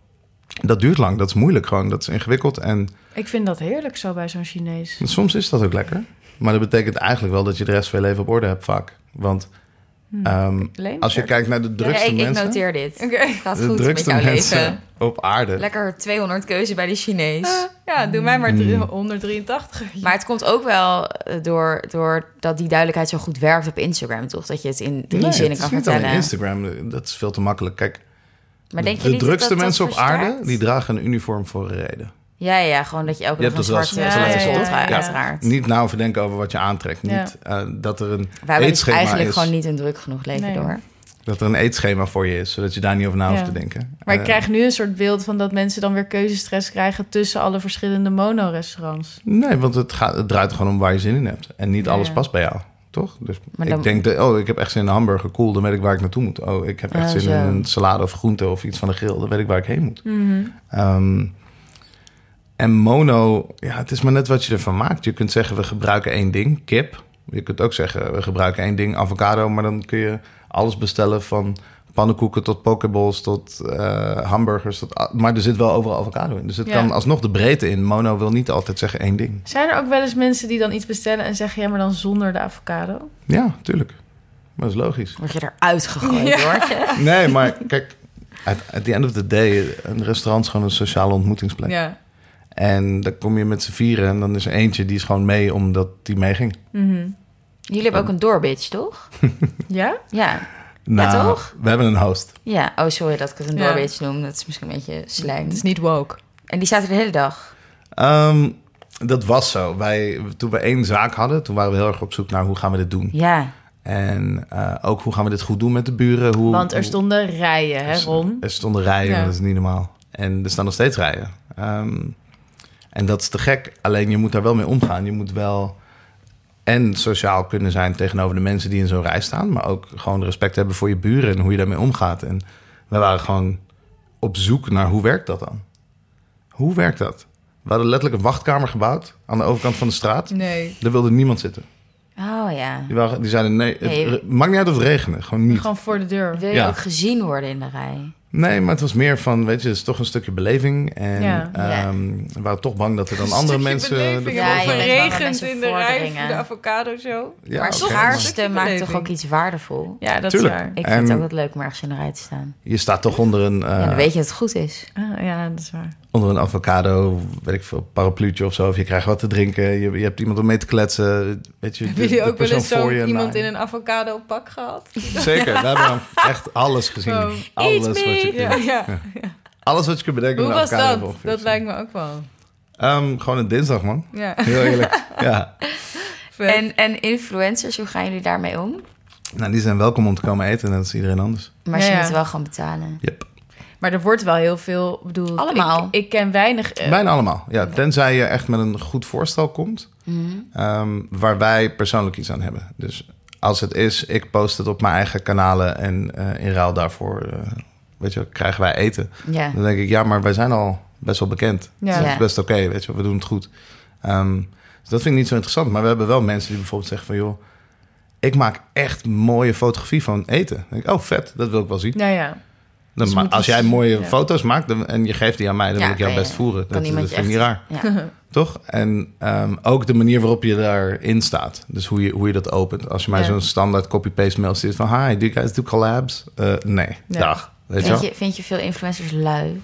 D: Dat duurt lang, dat is moeilijk gewoon. Dat is ingewikkeld en...
B: Ik vind dat heerlijk zo bij zo'n Chinees.
D: Soms is dat ook lekker. Maar dat betekent eigenlijk wel dat je de rest van je leven op orde hebt vaak. Want Als je kijkt naar de drukste
C: ik
D: mensen...
C: noteer dit.
B: Oké.
C: Het gaat
D: De
C: goed met
D: drukste
C: jouw
D: mensen
C: leven.
D: op aarde.
C: Lekker 200 keuze bij de Chinees.
B: Ja, doe mij maar 183.
C: Maar het komt ook wel door dat die duidelijkheid zo goed werkt op Instagram, toch? Dat je het in 3 zinnen kan
D: het is niet
C: vertellen.
D: alleen Instagram. Dat is veel te makkelijk. Kijk,
C: Maar denk je
D: de
C: niet
D: drukste
C: dat
D: mensen op aarde...
C: versterkt?
D: die dragen een uniform voor een reden.
C: Ja, gewoon dat je elke
D: Je
C: dag
D: hebt
C: een
D: dat
C: zwarte
D: wel eens
C: zwarte
D: gelezen,
C: trui,
B: ja.
C: uiteraard.
D: Niet na over denken over wat je aantrekt.
B: Ja.
D: Niet dat er een
C: Wij hebben dus
D: eetschema
C: eigenlijk
D: is.
C: gewoon niet een druk genoeg leven
B: Nee.
C: door.
D: Dat er een eetschema voor je is, zodat je daar niet over na hoeft
B: Ja.
D: te denken.
B: Maar ik krijg nu een soort beeld van dat mensen dan weer keuzestress krijgen tussen alle verschillende mono-restaurants.
D: Nee, want het draait er gewoon om waar je zin in hebt. En niet
B: Ja,
D: alles
B: ja.
D: past bij jou, toch? Dus
C: Maar dan-
D: ik denk, ik heb echt zin in een hamburger. Cool, dan weet ik waar ik naartoe moet. Oh, ik heb echt zin
C: zo.
D: in een salade of groente of iets van de grill. Dan weet ik waar ik heen moet. En mono, het is maar net wat je ervan maakt. Je kunt zeggen, we gebruiken 1 ding, kip. Je kunt ook zeggen, we gebruiken 1 ding, avocado. Maar dan kun je alles bestellen van pannenkoeken tot pokeballs tot hamburgers. Maar er zit wel overal avocado in. Dus het kan alsnog de breedte in. Mono wil niet altijd zeggen 1 ding.
B: Zijn er ook wel eens mensen die dan iets bestellen en zeggen... ja, maar dan zonder de avocado?
D: Ja, tuurlijk. Maar dat is logisch.
C: Word je eruit gegooid, hoor.
D: Nee, maar kijk, at the end of the day... een restaurant is gewoon een sociale ontmoetingsplek.
B: Ja.
D: En dan kom je met z'n vieren en dan is er eentje die is gewoon mee omdat die meeging.
C: Jullie hebben ook een doorbitch, toch?
B: Ja?
C: Ja.
D: Nou,
C: toch?
D: We hebben een host.
C: Ja, oh sorry dat ik het een
B: Ja.
C: doorbitch noem. Dat is misschien een beetje slang.
B: Het is niet woke.
C: En die staat er de hele dag.
D: Dat was zo. Toen we 1 zaak hadden, toen waren we heel erg op zoek naar hoe gaan we dit doen.
C: Ja.
D: En ook hoe gaan we dit goed doen met de buren.
B: Want er stonden rijen, hè, Ron?
D: Er stonden rijen,
B: Ja.
D: dat is niet normaal. En er staan nog steeds rijen. En dat is te gek. Alleen je moet daar wel mee omgaan. Je moet wel en sociaal kunnen zijn tegenover de mensen die in zo'n rij staan. Maar ook gewoon respect hebben voor je buren en hoe je daarmee omgaat. En we waren gewoon op zoek naar hoe werkt dat dan? Hoe werkt dat? We hadden letterlijk een wachtkamer gebouwd aan de overkant van de straat.
B: Nee.
D: Daar wilde niemand zitten.
C: Oh ja.
D: Die zeiden nee,
C: Nee.
D: het maakt niet uit of het regende. Gewoon niet.
B: Gewoon voor de deur.
C: Wil je
D: Ja.
C: ook gezien worden in de rij?
D: Nee, maar het was meer van, weet je, het is toch een stukje beleving. En
B: Ja.
D: we waren toch bang dat er dan andere mensen...
C: Ja,
B: Of
C: je bent bang dat
B: regent
C: mensen
B: in de rij
C: vorderingen.
B: voor de avocado zo.
D: Ja,
C: maar
D: oké,
C: schaarste
B: maar-
C: maakt toch
B: beleving.
C: ook iets waardevol?
B: Ja, dat
D: Tuurlijk.
B: is waar.
C: Ik
D: En-
C: vind het ook wat leuk om ergens in de rij te staan.
D: Je staat toch onder een,
C: Ja, dan weet je dat het goed is.
B: Ah, ja, dat is waar.
D: onder een avocado, weet ik veel, parapluutje of zo. Of je krijgt wat te drinken. Je hebt iemand om mee te kletsen. Weet je,
B: Hebben jullie ook wel eens
D: voor je
B: zo iemand
D: na-
B: in een avocado pak gehad?
D: Zeker, we hebben echt alles gezien.
B: Zo,
D: Alles wat je
B: Ja,
D: kunt.
B: ja.
D: Alles wat je kunt bedenken.
B: Hoe
D: met
B: was
D: avocado
B: dat?
D: hebben we ongeveer
B: Dat lijkt me ook wel.
D: gezien. Gewoon een dinsdag, man.
B: Ja.
D: Heel eerlijk. Ja.
B: Vet.
C: En influencers, hoe gaan jullie daarmee om?
D: Nou, die zijn welkom om te komen eten. En dat is iedereen anders.
C: Maar
B: Ja,
C: ze
B: ja.
C: moeten wel gewoon betalen.
D: Yep.
B: Maar er wordt wel heel veel... bedoel,
C: Allemaal.
B: Ik ken weinig...
D: Bijna allemaal. Ja, tenzij je echt met een goed voorstel komt. Waar wij persoonlijk iets aan hebben. Dus als het is, ik post het op mijn eigen kanalen. En in ruil daarvoor, weet je, krijgen wij eten.
C: Ja.
D: Dan denk ik, ja, maar wij zijn al best wel bekend.
B: Ja.
D: Dus dat is best oké, weet je, we doen het goed. Dus dat vind ik niet zo interessant. Maar we hebben wel mensen die bijvoorbeeld zeggen van, joh, ik maak echt mooie fotografie van eten. Dan denk ik, oh vet, dat wil ik wel zien.
B: Ja, ja.
D: Dan,
B: Dus
D: maar
B: moet
D: als
B: iets-
D: jij mooie
B: ja.
D: foto's maakt en je geeft die aan mij, dan wil ik jou
C: kan
D: best
C: je-
D: voeren.
C: Kan
D: Dat
C: iemand
D: vind
C: je
D: ik niet
C: echt-
D: raar.
C: Ja.
D: Toch? En ook de manier waarop je daarin staat. Dus hoe je dat opent. Als je mij
B: Ja.
D: zo'n standaard copy-paste mail stuurt van, hi, do you guys do collabs? Nee,
B: Ja.
D: dag. Weet je wel?
C: Vind je veel influencers lui?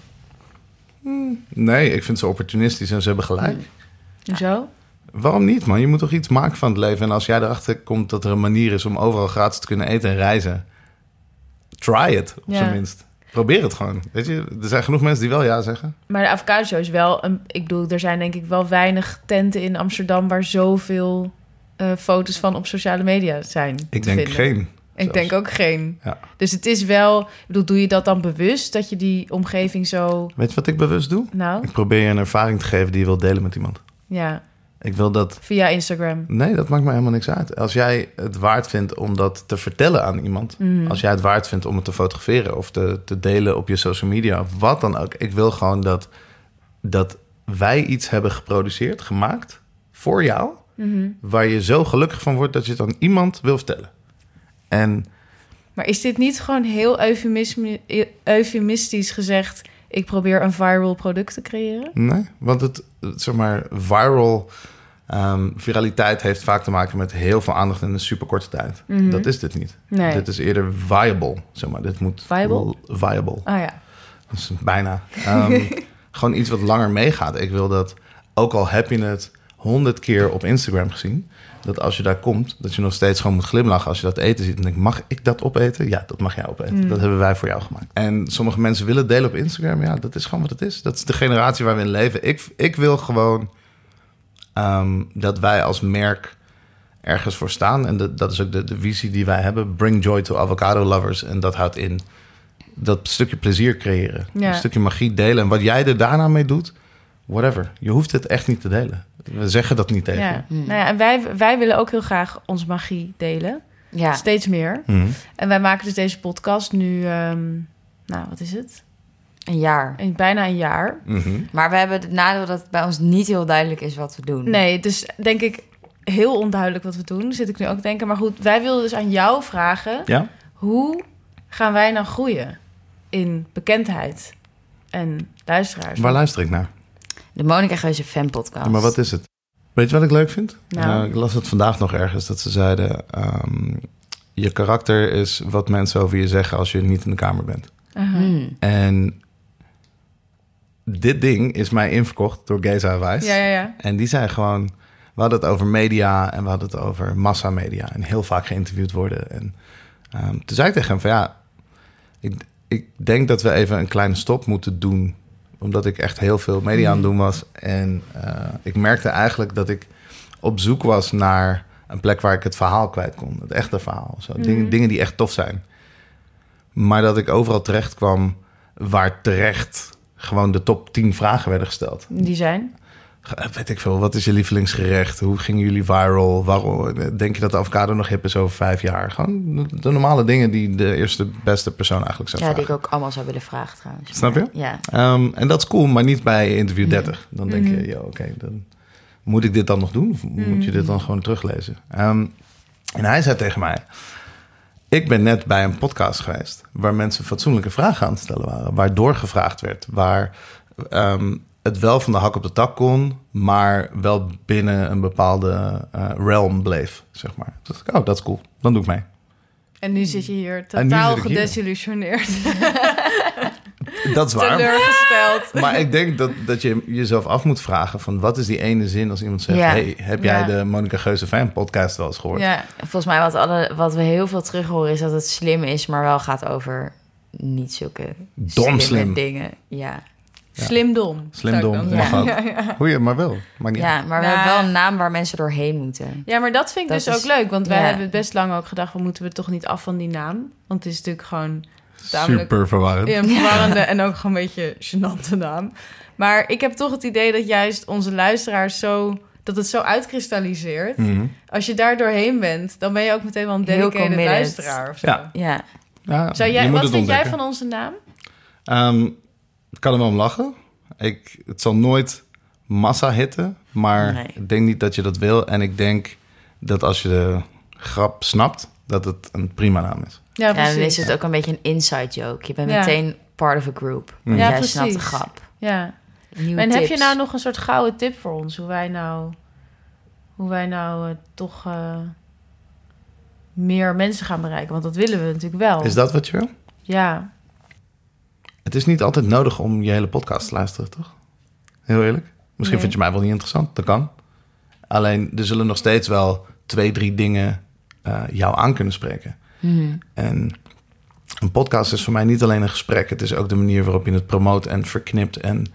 D: Nee, ik vind ze opportunistisch en ze hebben gelijk.
B: Hoezo?
D: Waarom niet, man? Je moet toch iets maken van het leven. En als jij erachter komt dat er een manier is om overal gratis te kunnen eten en reizen, try it, op
B: Ja.
D: zijn minst. Probeer het gewoon. Weet je, er zijn genoeg mensen die wel ja zeggen.
B: Maar de avocado show is wel... ik bedoel, er zijn denk ik wel weinig tenten in Amsterdam... waar zoveel foto's van op sociale media zijn
D: Ik
B: te
D: denk
B: vinden.
D: geen.
B: Ik
D: zelfs.
B: denk ook geen.
D: Ja.
B: Dus het is wel... Ik bedoel, doe je dat dan bewust? Dat je die omgeving zo...
D: Weet je wat ik bewust doe?
B: Nou,
D: Ik probeer je een ervaring te geven die je wilt delen met iemand.
B: ja.
D: Ik wil dat...
B: Via Instagram.
D: Nee, dat maakt me helemaal niks uit. Als jij het waard vindt om dat te vertellen aan iemand... als jij het waard vindt om het te fotograferen... of te delen op je social media, of wat dan ook... ik wil gewoon dat wij iets hebben geproduceerd, gemaakt... voor jou, waar je zo gelukkig van wordt... dat je het aan iemand wil vertellen. En
B: Maar is dit niet gewoon heel eufemistisch gezegd... ik probeer een viral product te creëren?
D: nee, want het zeg maar, viral Viraliteit heeft vaak te maken met heel veel aandacht in een superkorte tijd.
B: Mhm.
D: Dat is dit niet.
B: Nee.
D: Dit is eerder viable, zeg maar. Dit moet
B: Viable?
D: Viable.
B: Oh ja.
D: Dat is bijna. Gewoon iets wat langer meegaat. Ik wil dat, ook al heb je het 100 keer op Instagram gezien, dat als je daar komt, dat je nog steeds gewoon moet glimlachen als je dat eten ziet. En denk, mag ik dat opeten? Ja, dat mag jij opeten. Dat hebben wij voor jou gemaakt. En sommige mensen willen delen op Instagram. Ja, dat is gewoon wat het is. Dat is de generatie waar we in leven. Ik wil gewoon dat wij als merk ergens voor staan. En dat is ook de visie die wij hebben. Bring joy to avocado lovers. En dat houdt in dat stukje plezier creëren.
B: Ja.
D: Een stukje magie delen. En wat jij er daarna mee doet, whatever. Je hoeft het echt niet te delen. We zeggen dat niet tegen je.
B: Ja. Nou ja, en wij willen ook heel graag onze magie delen.
C: Ja.
B: Steeds meer.
D: Mhm.
B: En wij maken dus deze podcast nu, wat is het?
C: Een jaar.
B: Bijna een jaar.
D: Mhm.
C: Maar we hebben het nadeel dat het bij ons niet heel duidelijk is wat we doen.
B: Nee, dus denk ik heel onduidelijk wat we doen. Zit ik nu ook te denken. Maar goed, wij wilden dus aan jou vragen.
D: Ja?
B: Hoe gaan wij nou groeien in bekendheid en luisteraars?
D: Waar luister ik naar?
C: De Monica Geuze fan podcast.
D: Ja, maar wat is het? Weet je wat ik leuk vind?
B: Nou.
D: Ik las het vandaag nog ergens, dat ze zeiden, je karakter is wat mensen over je zeggen als je niet in de kamer bent. En dit ding is mij inverkocht door Geza Wijs.
B: Ja.
D: En die zei gewoon, we hadden het over media en we hadden het over massamedia. En heel vaak geïnterviewd worden. En toen zei ik tegen hem van ja, ik denk dat we even een kleine stop moeten doen. Omdat ik echt heel veel media aan het doen was. En ik merkte eigenlijk dat ik op zoek was naar een plek waar ik het verhaal kwijt kon. Het echte verhaal. Zo. Dingen die echt tof zijn. Maar dat ik overal terecht kwam waar terecht gewoon de top 10 vragen werden gesteld.
B: Die zijn?
D: Weet ik veel, wat is je lievelingsgerecht? Hoe gingen jullie viral? Waarom denk je dat de avocado nog hip is over 5 jaar? Gewoon de normale dingen die de eerste beste persoon eigenlijk zou
C: Ja,
D: vragen.
C: die ik ook allemaal zou willen vragen trouwens.
D: Snap je?
C: Ja.
D: En dat is cool, maar niet bij interview 30. Dan denk je, oké, dan moet ik dit dan nog doen? Of moet je dit dan gewoon teruglezen? En hij zei tegen mij, ik ben net bij een podcast geweest waar mensen fatsoenlijke vragen aan het stellen waren. Waar doorgevraagd werd. Waar het wel van de hak op de tak kon, maar wel binnen een bepaalde realm bleef, zeg maar. Dus dacht ik, dat is cool. Dan doe ik mee.
B: En nu zit je hier
D: En nu
B: totaal
D: zit ik hier.
B: gedesillusioneerd.
D: Dat is waar.
B: Teleurgesteld.
D: Maar ik denk dat je jezelf af moet vragen van wat is die ene zin als iemand zegt,
C: Ja.
D: hey, heb jij
B: Ja.
D: de Monica Geuze fan podcast wel eens gehoord?
B: Ja,
C: Volgens mij wat we heel veel terug horen is dat het slim is, maar wel gaat over niet zulke
D: Dom slim.
C: dingen. Ja,
B: slim dom.
D: Slim
B: zou ik
D: dom,
B: dan
D: mag
B: zeggen.
D: ook. Hoe je maar wil. Maakt niet uit.
C: ja maar we
B: Nou,
C: hebben wel een naam waar mensen doorheen moeten.
B: Ja, maar dat vind ik
C: Dat
B: dus
C: is-
B: ook leuk. Want wij
C: ja.
B: hebben best lang ook gedacht, we moeten toch niet af van die naam. Want het is natuurlijk gewoon tamelijk
D: Super verwarrend.
B: een verwarrende en ook gewoon een beetje gênante naam. Maar ik heb toch het idee dat juist onze luisteraars dat het zo uitkristalliseert.
D: Mhm.
B: Als je daar doorheen bent, dan ben je ook meteen wel een
C: Heel
B: dedicated
C: committed.
B: luisteraar of zo.
D: Ja.
C: Ja,
D: Ja,
B: Wat
D: je moet het
B: vind jij
D: ontdekken.
B: van onze naam?
D: Ik kan er wel om lachen. Het zal nooit massa hitten, maar
C: Nee.
D: ik denk niet dat je dat wil. En ik denk dat als je de grap snapt, dat het een prima naam is.
B: Ja,
C: ja
B: precies.
C: dan is het ook een beetje een inside joke. Je bent
B: Ja.
C: meteen part of a group. Want
B: Ja,
C: jij
B: precies.
C: snapt de grap.
B: Ja.
C: Nieuwe
B: En heb je
C: tips.
B: nou nog een soort gouden tip voor ons? Hoe wij nou toch meer mensen gaan bereiken? Want dat willen we natuurlijk wel.
D: Is dat wat je wil?
B: Ja.
D: Het is niet altijd nodig om je hele podcast te luisteren, toch? Heel eerlijk. Misschien
B: Nee.
D: vind je mij wel niet interessant. Dat kan. Alleen, er zullen nog steeds wel 2-3 dingen jou aan kunnen spreken. En een podcast is voor mij niet alleen een gesprek. Het is ook de manier waarop je het promoot en verknipt en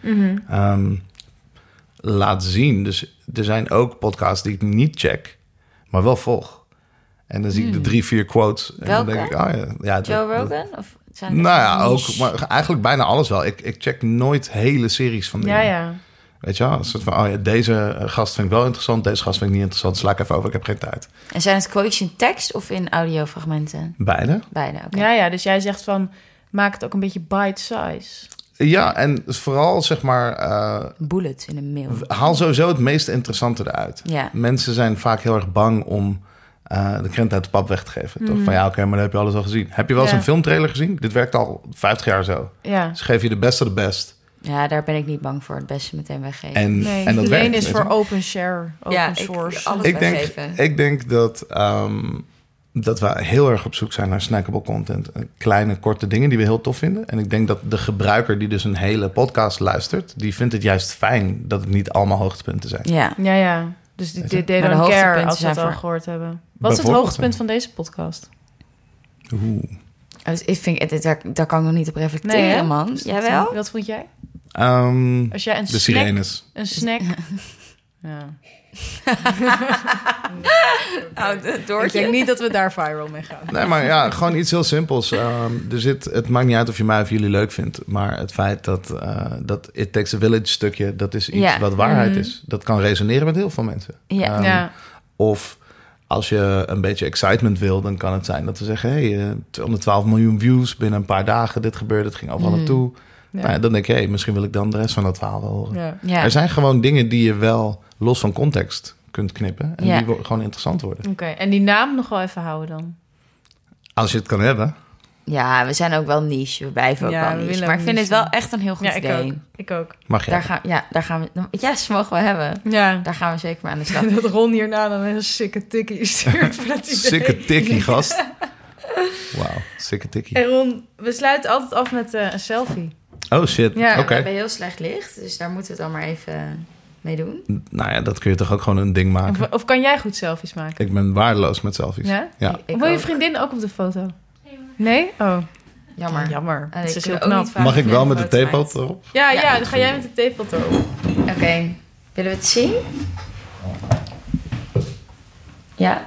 D: laat zien. Dus er zijn ook podcasts die ik niet check, maar wel volg. En dan zie ik de 3-4 quotes. En
C: Welke?
D: dan denk ik, ja
C: Joe Rogan? Of zijn het
D: nou ja,
C: niche?
D: ook. Maar eigenlijk bijna alles wel. Ik check nooit hele series van dingen.
B: Ja.
D: Weet je wel? Een soort van, deze gast vind ik wel interessant. Deze gast vind ik niet interessant. Sla ik even over, ik heb geen tijd.
C: En zijn het quotes in tekst of in audiofragmenten?
D: Beide.
C: Beide, oké.
B: Ja, dus jij zegt van, maak het ook een beetje bite-size.
D: Ja, en vooral zeg maar,
C: Bullet in een mail.
D: haal sowieso het meest interessante eruit.
C: Ja.
D: Mensen zijn vaak heel erg bang om de krent uit de pap weg te geven. Toch? Van ja, oké, maar dan heb je alles al gezien. Heb je wel eens
B: Ja.
D: een filmtrailer gezien? Dit werkt al 50 jaar zo.
B: Ja.
D: Ze geven je de best of the best.
C: Ja, daar ben ik niet bang voor. Het beste meteen weggeven.
D: En dat
B: Helene
D: werkt,
B: is
D: weet
B: voor
D: je.
B: open share, open source.
C: alles weggeven.
D: Ik denk dat we heel erg op zoek zijn naar snackable content. Kleine, korte dingen die we heel tof vinden. En ik denk dat de gebruiker die dus een hele podcast luistert... die vindt het juist fijn dat het niet allemaal hoogtepunten zijn.
C: Ja.
B: Ja. Dus
D: Weet je?
B: they
C: Maar de
B: don't care
C: hoogtepunten
B: als we het
C: zijn
B: al
C: voor-
B: gehoord hebben. Wat is het
D: Bijvoorbeeld,
B: hoogtepunt van deze podcast?
D: Oeh.
C: Dus ik vind, daar kan ik nog niet op reflecteren,
B: hè?
C: man.
B: Dus
C: Jij wel?
B: Wat vond jij?
D: De
B: Als jij een
D: sirenes.
B: Een snack... ja. Ik denk niet dat we daar viral mee gaan.
D: Nee, maar ja, gewoon iets heel simpels. Het maakt niet uit of je mij of jullie leuk vindt. Maar het feit dat It Takes a Village stukje... dat is iets wat waarheid is. Dat kan resoneren met heel veel mensen.
C: Ja.
B: Ja.
D: Of als je een beetje excitement wil... dan kan het zijn dat we zeggen... hey, 212 miljoen views binnen een paar dagen. Dit gebeurde, het ging overal naartoe.
B: Ja.
D: Nou ja, dan denk ik, hey, misschien wil ik dan de rest van dat verhaal wel horen.
B: Ja.
C: Ja.
D: Er zijn gewoon dingen die je wel los van context kunt knippen. En
C: Ja.
D: die gewoon interessant worden.
B: Oké, en die naam nog wel even houden dan?
D: Als je het kan hebben.
C: Ja, we zijn ook wel niche. We blijven ook
B: Ja,
C: wel
B: we
C: niche.
B: willen
C: Maar ik
B: ook
C: vind
B: niche
C: het wel
B: zijn.
C: echt een heel goed
B: Ja, ik
C: idee.
B: ook. Ik ook.
D: Mag je.
C: Daar gaan we... Yes, mogen we hebben.
B: Ja.
C: Daar gaan we zeker mee aan de slag.
B: Dat Ron hierna dan een heel sikke tikkie stuurt. voor dat idee.
D: Sikke tikkie, gast. Wauw, sikke tikkie.
B: En Ron, we sluiten altijd af met een selfie.
D: Oh shit,
B: Ja,
D: oké.
C: We hebben heel slecht licht, dus daar moeten we het dan maar even mee doen.
D: Nou ja, dat kun je toch ook gewoon een ding maken.
B: Of kan jij goed selfies maken?
D: Ik ben waardeloos met selfies.
B: Ja?
D: Ja.
C: Ik
B: Wil je
C: ook.
B: vriendin ook op de foto? Nee? Oh,
C: Jammer.
B: ja, jammer.
C: En
B: Het
C: ik
B: is
C: wil
B: heel
C: ook
B: knap.
C: niet vaak
D: Mag ik wel
C: een
D: met de
C: foto
D: theepot
C: maken.
D: erop?
B: Ja,
C: Ja,
B: dan ga jij met de theepot erop.
C: Oké. Willen we het zien? Ja?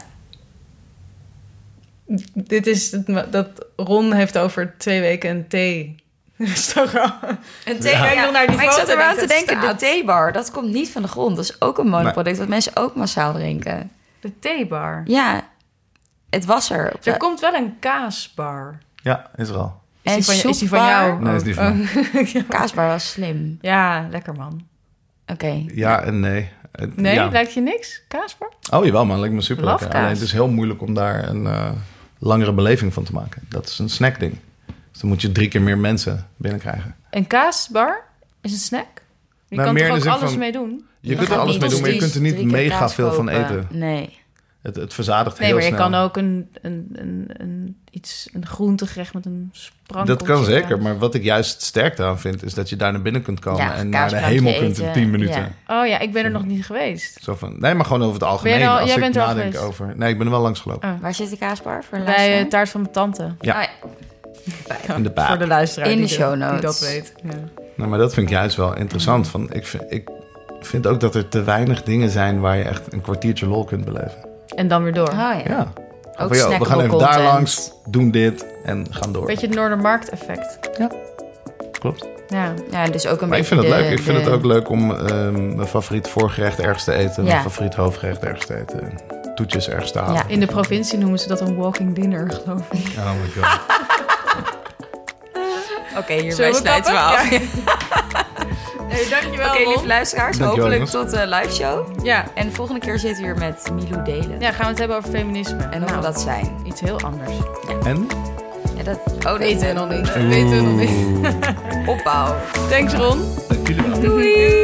B: Dit is dat Ron heeft over 2 weken een thee.
C: Een
B: thee- Kijk nog naar die
C: maar ik
B: foto
C: zat er
B: die
C: aan te
B: er
C: denken,
B: staat.
C: de theebar, dat komt niet van de grond. Dat is ook een monoproduct wat mensen ook massaal drinken.
B: De theebar.
C: Ja, het was er.
B: Er komt wel een kaasbar.
D: Ja, is er al.
C: En
B: Is die van
C: soepbar.
B: jou?
D: Nee, is die van mij.
C: Kaasbar was slim.
B: Ja, lekker man.
C: Oké.
D: Ja en nee.
B: Nee,
D: Ja.
B: lijkt je niks? Kaasbar?
D: Oh jawel man, lijkt me super lekker.
B: Lafkaas.
D: Alleen het is heel moeilijk om daar een langere beleving van te maken. Dat is een snackding. Dus dan moet je 3 keer meer mensen binnenkrijgen.
B: Een kaasbar is een snack? Je
D: Nou,
B: kan
D: meer
B: er
D: in
B: ook
D: de zin
B: alles
D: van-
B: mee doen?
D: Je kunt er alles mee doen, maar je kunt er niet
C: 3 keer
D: mega
C: kaas
D: veel van
C: kopen.
D: eten.
C: Nee.
D: Het verzadigt
B: Nee,
D: heel
B: maar je
D: snel.
B: kan ook een groentegerecht met een sprankeltje.
D: Dat kan zeker,
B: aan.
D: maar wat ik juist sterk aan vind... is dat je daar naar binnen kunt komen
C: Ja,
D: en naar de
C: kaasplankje
D: hemel kunt in
C: eten,
D: 10 minuten.
C: ja.
B: Oh ja, ik ben er nog niet geweest.
D: Zo van, nee, maar gewoon over het algemeen.
B: Ben je er al-
D: als
B: jij
D: ik
B: bent er al
D: nadenk
B: geweest?
D: over... Nee, ik ben er wel langs gelopen.
B: Oh.
C: Waar zit de kaasbar voor de
B: Bij
C: luisteraar?
B: taart van mijn tante.
D: Ja.
C: Oh, ja.
D: In de baak.
B: Voor de luisteraar
C: In de
B: die
C: show
B: die
C: notes.
B: dat weet. Ja.
D: Nou, maar dat vind ik juist wel interessant. Ik vind ook dat er te weinig dingen zijn... waar je echt een kwartiertje lol kunt beleven.
B: En dan weer door.
C: Oh ja.
D: Ja.
C: Ook
D: Van, joh, we gaan
C: snackable
D: even daar
C: content.
D: langs, doen dit en gaan door.
B: Beetje het Noordermarkt effect.
D: Klopt.
B: Ja.
C: Ja, dus ook een
D: Maar ik
C: beetje
D: vind het leuk. Ik vind
C: de-
D: het ook leuk om mijn favoriet voorgerecht ergens te eten.
C: Ja.
D: Mijn favoriet hoofdgerecht ergens te eten. En toetjes ergens te halen.
C: Ja.
B: In de provincie noemen ze dat een walking dinner, geloof ik.
D: Oh my god.
C: Oké, hierbij
B: Zullen we
C: sluiten we af.
B: kappen? Nee, dankjewel,
C: Oké,
B: Ron.
C: lieve luisteraars,
D: Dankjewel,
C: hopelijk
D: jongens.
C: tot de live show.
B: Ja.
C: En de volgende keer zitten we hier met Milou Delen.
B: Ja, gaan we het hebben over feminisme.
C: En hoe we dat zijn.
B: Iets heel anders.
D: En?
C: Ja, dat oh,
B: Weten we nog niet.
D: Oeh.
B: Weten we nog niet.
C: Opbouw.
B: Thanks, Ron.
D: Dank jullie wel.
C: Doei!